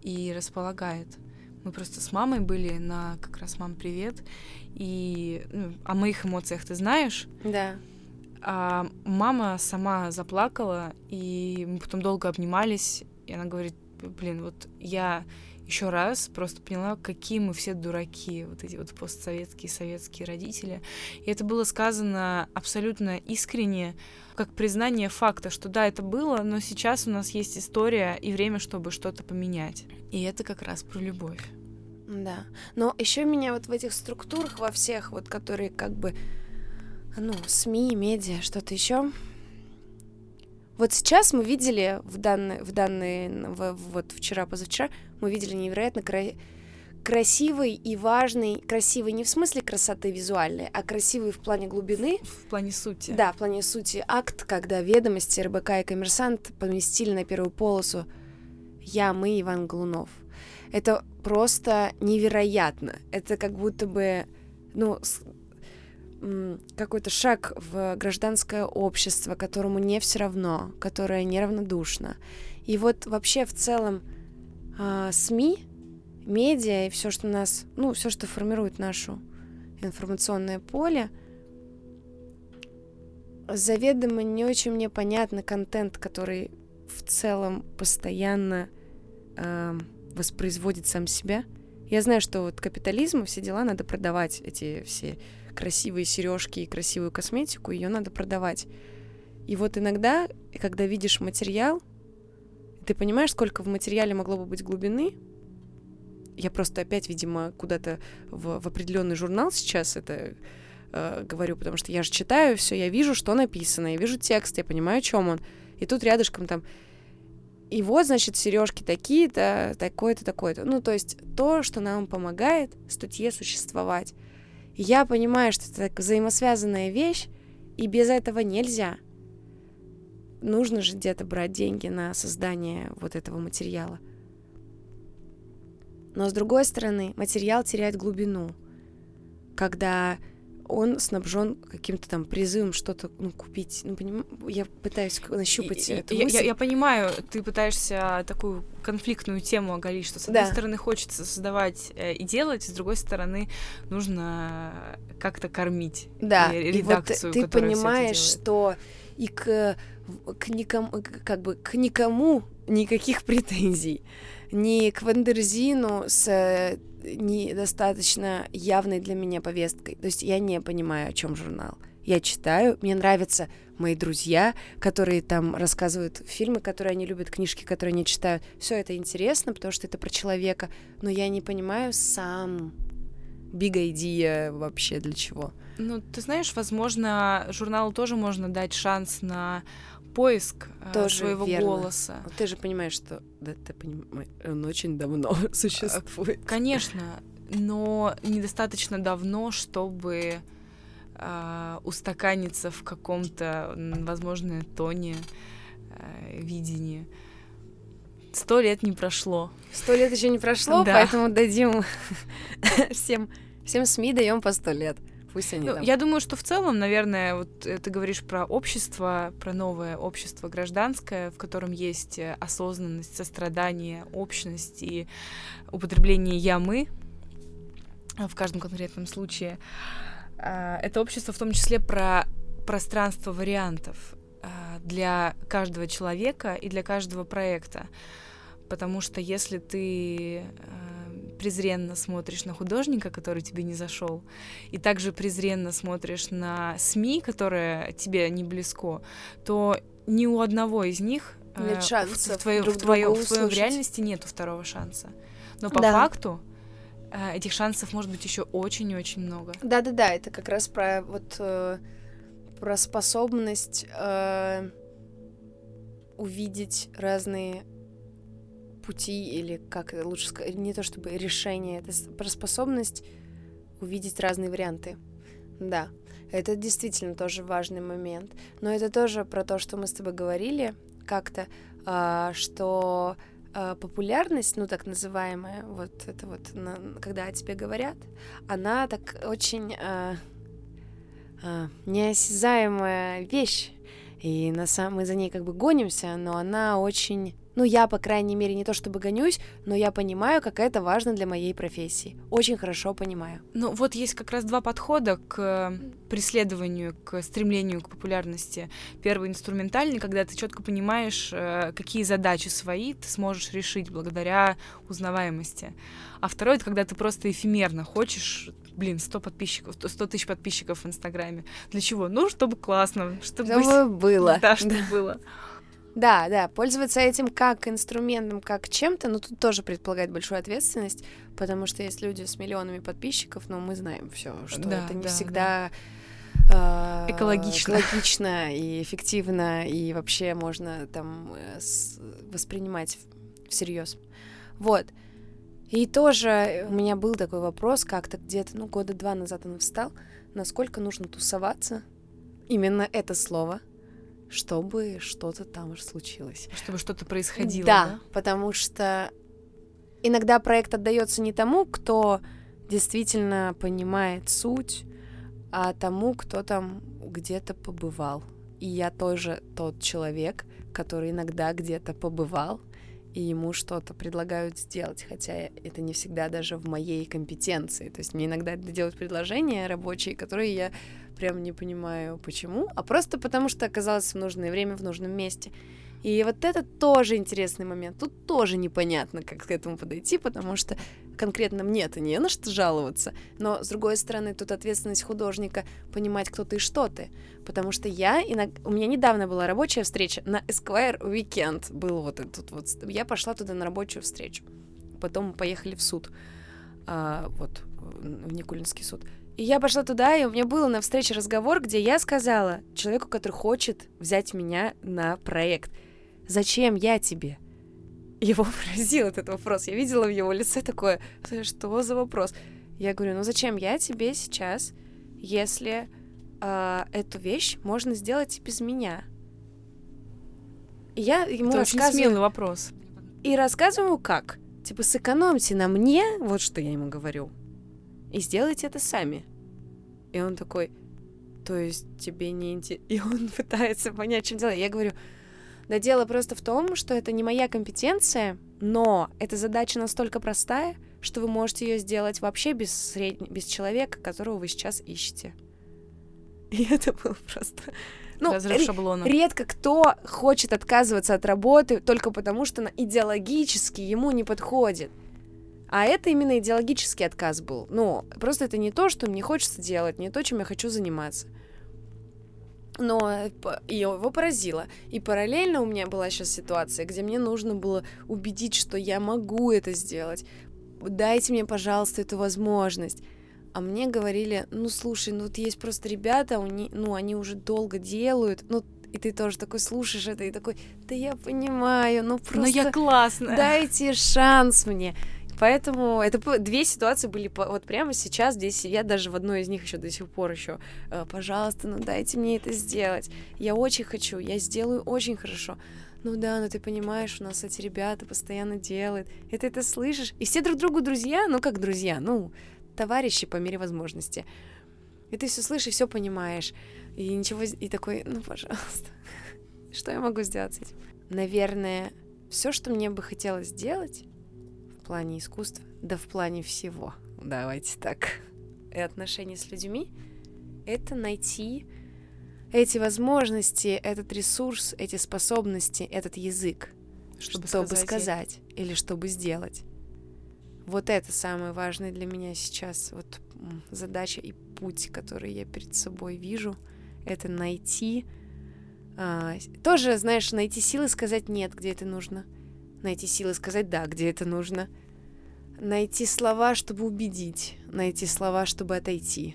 и располагает. Мы просто с мамой были на как раз «Мам, привет», и ну, о моих эмоциях ты знаешь. Да. А мама сама заплакала, и мы потом долго обнимались, и она говорит, блин, вот я еще раз просто поняла, какие мы все дураки, вот эти вот постсоветские, советские родители. И это было сказано абсолютно искренне, как признание факта, что да, это было, но сейчас у нас есть история и время, чтобы что-то поменять. И это как раз про любовь. Да. Но еще меня вот в этих структурах, во всех, вот которые как бы, ну, СМИ, медиа, что-то еще. Вот сейчас мы видели в данные, в данные, в, вот вчера-позавчера, мы видели невероятно кра- красивый и важный, красивый не в смысле красоты визуальной, а красивый в плане глубины. В плане сути. Да, в плане сути акт, когда «Ведомости», эр бэ ка и «Коммерсант» поместили на первую полосу «Я, мы, Иван Голунов». Это просто невероятно. Это как будто бы, ну, какой-то шаг в гражданское общество, которому не все равно, которое неравнодушно. И вот вообще в целом э, СМИ, медиа и все, что нас, ну, все, что формирует наше информационное поле, заведомо не очень мне понятный контент, который в целом постоянно э, воспроизводит сам себя. Я знаю, что вот капитализм и все дела надо продавать, эти все красивые сережки и красивую косметику, ее надо продавать. И вот иногда, когда видишь материал, ты понимаешь, сколько в материале могло бы быть глубины. Я просто опять, видимо, куда-то в, в определенный журнал сейчас это э, говорю, потому что я же читаю все, я вижу, что написано, я вижу текст, я понимаю, о чем он. И тут рядышком там и вот, значит, сережки такие-то, такое-то, такое-то. Ну, то есть то, что нам помогает статье существовать. И я понимаю, что это взаимосвязанная вещь, и без этого нельзя. Нужно же где-то брать деньги на создание вот этого материала. Но, с другой стороны, материал теряет глубину, когда он снабжен каким-то там призывом что-то, ну, купить. Ну, поним... Я пытаюсь нащупать и, эту я, мысль. Я, я понимаю, ты пытаешься такую конфликтную тему оголить, что с одной да. стороны хочется создавать э, и делать, с другой стороны нужно как-то кормить да. и редакцию, и вот ты которая понимаешь, всё это что и к, к никому, как бы к никому никаких претензий. Ни к Вандерзину с недостаточно явной для меня повесткой. То есть я не понимаю, о чем журнал. Я читаю, мне нравятся мои друзья, которые там рассказывают фильмы, которые они любят, книжки, которые они читают. Все это интересно, потому что это про человека, но я не понимаю сам big idea вообще для чего. Ну, ты знаешь, возможно, журналу тоже можно дать шанс на поиск тоже своего верно. голоса. Вот ты же понимаешь, что да, ты понимаешь, он очень давно существует. Конечно, но недостаточно давно, чтобы э, устаканиться в каком-то, возможно, тоне, э, видении. Сто лет не прошло. Сто лет еще не прошло, да. Поэтому дадим всем, всем СМИ даем по сто лет. Пусть они ну, там. Я думаю, что в целом, наверное, вот ты говоришь про общество, про новое общество гражданское, в котором есть осознанность, сострадание, общность и употребление «я-мы» в каждом конкретном случае. Это общество в том числе про пространство вариантов для каждого человека и для каждого проекта. Потому что если ты презренно смотришь на художника, который тебе не зашел, и также презренно смотришь на СМИ, которое тебе не близко, то ни у одного из них нет шансов в, в, твоё, друг в, твоё, в твоем услышать. реальности нету второго шанса. Но по да. факту этих шансов может быть еще очень-очень много. Да-да-да, это как раз про вот э, про способность э, увидеть разные пути, или как это лучше сказать, не то чтобы решение, это про способность увидеть разные варианты. Да, это действительно тоже важный момент. Но это тоже про то, что мы с тобой говорили как-то, а, что а, популярность, ну так называемая, вот это вот, на, когда о тебе говорят, она так очень а, а, неосязаемая вещь, и на самом мы за ней как бы гонимся, но она очень... Ну, я, по крайней мере, не то чтобы гонюсь, но я понимаю, как это важно для моей профессии. Очень хорошо понимаю. Ну, вот есть как раз два подхода к преследованию, к стремлению к популярности. Первый — инструментальный, когда ты четко понимаешь, какие задачи свои ты сможешь решить благодаря узнаваемости. А второй — это когда ты просто эфемерно хочешь, блин, сто подписчиков, сто тысяч подписчиков в Инстаграме. Для чего? Ну, чтобы классно, чтобы... Чтобы было. Да, чтобы было. Да, да, пользоваться этим как инструментом, как чем-то, но тут тоже предполагает большую ответственность, потому что есть люди с миллионами подписчиков, но мы знаем все, что да, это не да, всегда да. э, экологично. экологично и эффективно, и вообще можно там с, воспринимать всерьез. Вот. И тоже у меня был такой вопрос, как-то где-то, ну, года два назад он встал, насколько нужно тусоваться, именно это слово, чтобы что-то там уж случилось. Чтобы что-то происходило, да? Да, потому что иногда проект отдается не тому, кто действительно понимает суть, а тому, кто там где-то побывал. И я тоже тот человек, который иногда где-то побывал, и ему что-то предлагают сделать, хотя это не всегда даже в моей компетенции. То есть мне иногда делают предложения рабочие, которые я прям не понимаю, почему, а просто потому, что оказалась в нужное время в нужном месте. И вот это тоже интересный момент. Тут тоже непонятно, как к этому подойти, потому что конкретно мне-то не на что жаловаться. Но, с другой стороны, тут ответственность художника понимать, кто ты и что ты. Потому что я... Иногда... У меня недавно была рабочая встреча на Esquire Weekend. Был вот этот вот... Я пошла туда на рабочую встречу. Потом мы поехали в суд. А, вот, в Никулинский суд. И я пошла туда, и у меня был на встрече разговор, где я сказала человеку, который хочет взять меня на проект: «Зачем я тебе?» Его поразил этот вопрос. Я видела в его лице такое: что за вопрос? Я говорю: ну зачем я тебе сейчас, если э, эту вещь можно сделать и без меня? И я ему это рассказываю... очень смелый вопрос. И рассказываю, как. Типа, сэкономьте на мне, вот что я ему говорю, и сделайте это сами. И он такой: то есть тебе не интересно? И он пытается понять, в чем дело. Я говорю: да дело просто в том, что это не моя компетенция, но эта задача настолько простая, что вы можете ее сделать вообще без, сред... без человека, которого вы сейчас ищете. И это было просто... Ну, разрыв шаблона. Редко кто хочет отказываться от работы только потому, что она идеологически ему не подходит. А это именно идеологический отказ был. Ну, просто это не то, что мне хочется делать, не то, чем я хочу заниматься. Но его поразило. И параллельно у меня была сейчас ситуация, где мне нужно было убедить, что я могу это сделать. Дайте мне, пожалуйста, эту возможность. А мне говорили: ну, слушай, ну, вот есть просто ребята, они, ну, они уже долго делают, ну, и ты тоже такой слушаешь это и такой: да я понимаю, ну, просто... Но я классная. Дайте шанс мне. Поэтому это две ситуации были вот прямо сейчас здесь. Я даже в одной из них еще до сих пор еще: пожалуйста, ну дайте мне это сделать. Я очень хочу, я сделаю очень хорошо. Ну да, но ты понимаешь, у нас эти ребята постоянно делают. И ты это слышишь. И все друг другу друзья, ну как друзья, ну товарищи по мере возможности. И ты все слышишь, все понимаешь. И ничего, и такой: ну пожалуйста, что я могу сделать с этим? Наверное, все, что мне бы хотелось сделать в плане искусства, да в плане всего, давайте так, и отношений с людьми, это найти эти возможности, этот ресурс, эти способности, этот язык, чтобы, чтобы сказать, сказать или чтобы сделать. Вот это самое важное для меня сейчас. Вот задача и путь, который я перед собой вижу, это найти, а, тоже, знаешь, найти силы сказать нет, где это нужно, найти силы сказать да, где это нужно, найти слова, чтобы убедить, найти слова, чтобы отойти,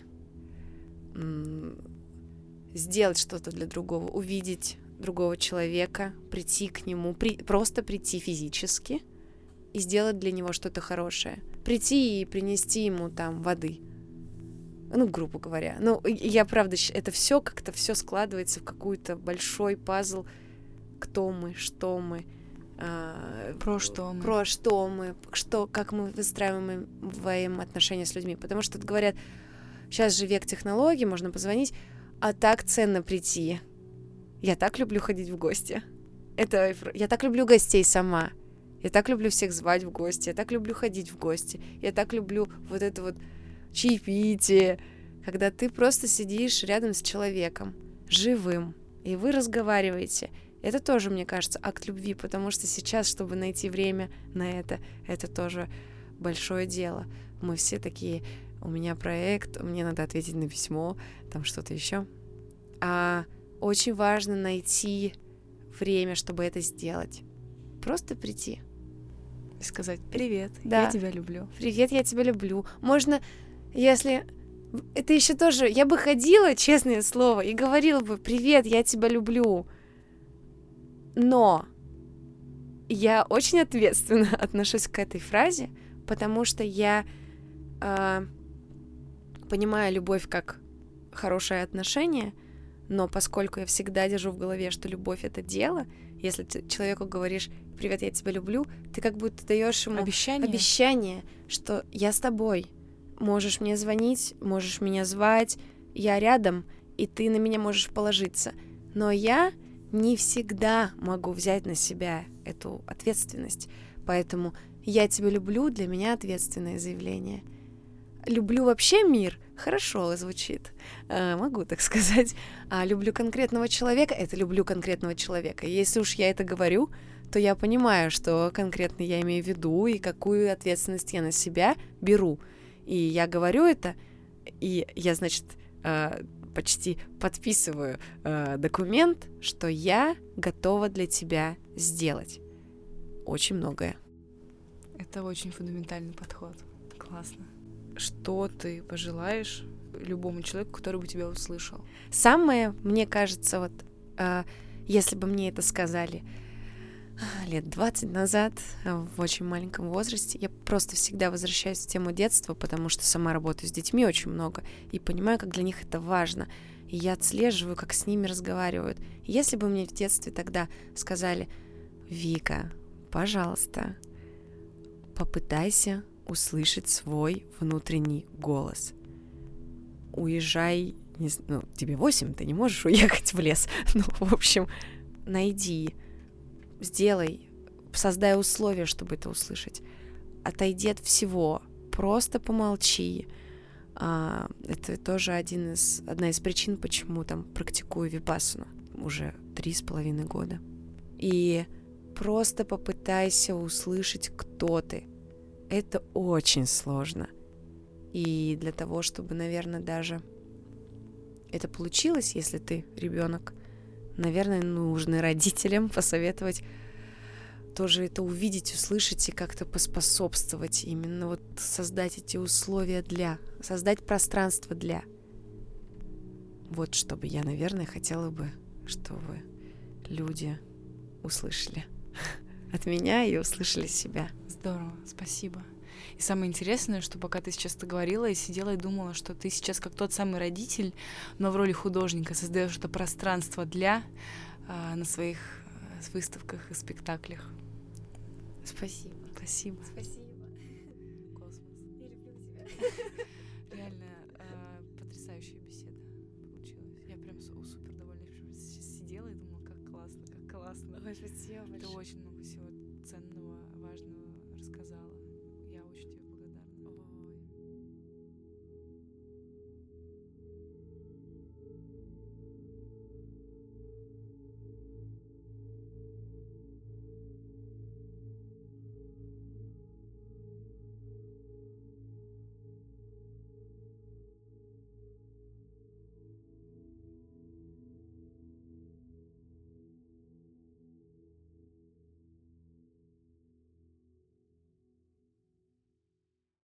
сделать что-то для другого, увидеть другого человека, прийти к нему, при... просто прийти физически и сделать для него что-то хорошее. Прийти и принести ему там воды. Ну, грубо говоря. Ну, я, правда, это все как-то все складывается в какой-то большой пазл. Кто мы, что мы. А, про что мы. Про что мы. Что, как мы выстраиваем отношения с людьми. Потому что говорят, сейчас же век технологий, можно позвонить, а так ценно прийти. Я так люблю ходить в гости. Это я так люблю гостей сама. Я так люблю всех звать в гости. Я так люблю ходить в гости. Я так люблю вот это вот чаепитие, когда ты просто сидишь рядом с человеком, живым, и вы разговариваете. Это тоже, мне кажется, акт любви, потому что сейчас, чтобы найти время на это, это тоже большое дело. Мы все такие, у меня проект, мне надо ответить на письмо, там что-то еще. А очень важно найти время, чтобы это сделать. Просто прийти. И сказать: привет, да. я тебя люблю. Привет, я тебя люблю. Можно, если... Это еще тоже... Я бы ходила, честное слово, и говорила бы: привет, я тебя люблю. Но я очень ответственно отношусь к этой фразе, потому что я э, понимаю любовь как хорошее отношение, но поскольку я всегда держу в голове, что любовь — это дело, если ты человеку говоришь: привет, я тебя люблю, ты как будто даешь ему обещание. обещание, что я с тобой, можешь мне звонить, можешь меня звать, я рядом, и ты на меня можешь положиться. Но я не всегда могу взять на себя эту ответственность, поэтому я тебя люблю для меня ответственное заявление. Люблю вообще мир, хорошо звучит, э, могу так сказать. А люблю конкретного человека, это люблю конкретного человека. Если уж я это говорю, то я понимаю, что конкретно я имею в виду и какую ответственность я на себя беру. И я говорю это, и я, значит, э, почти подписываю э, документ, что я готова для тебя сделать очень многое. Это очень фундаментальный подход. Классно. Что ты пожелаешь любому человеку, который бы тебя услышал? Самое, мне кажется, вот э, если бы мне это сказали лет двадцать назад, в очень маленьком возрасте, я просто всегда возвращаюсь в тему детства, потому что сама работаю с детьми очень много и понимаю, как для них это важно. И я отслеживаю, как с ними разговаривают. И если бы мне в детстве тогда сказали: Вика, пожалуйста, попытайся услышать свой внутренний голос. Уезжай, не, ну, тебе восемь, ты не можешь уехать в лес. Ну, в общем, найди, сделай, создай условия, чтобы это услышать. Отойди от всего, просто помолчи. А, это тоже один из, одна из причин, почему там практикую випассану уже три с половиной года. И просто попытайся услышать, кто ты. Это очень сложно. И для того, чтобы, наверное, даже это получилось, если ты ребенок, наверное, нужно родителям посоветовать тоже это увидеть, услышать и как-то поспособствовать. Именно вот создать эти условия для, создать пространство для. Вот что бы я, наверное, хотела бы, чтобы люди услышали от меня и услышали себя. Здорово, спасибо. И самое интересное, что пока ты сейчас это говорила, я сидела и думала, что ты сейчас как тот самый родитель, но в роли художника создаешь это пространство для а, на своих а, выставках и спектаклях. Спасибо. Спасибо. Спасибо. Космос. Я люблю тебя. Реально а, потрясающая беседа получилась. Я прям супер довольна. Я прям сидела и думала, как классно, как классно. Ой, спасибо Это большое. очень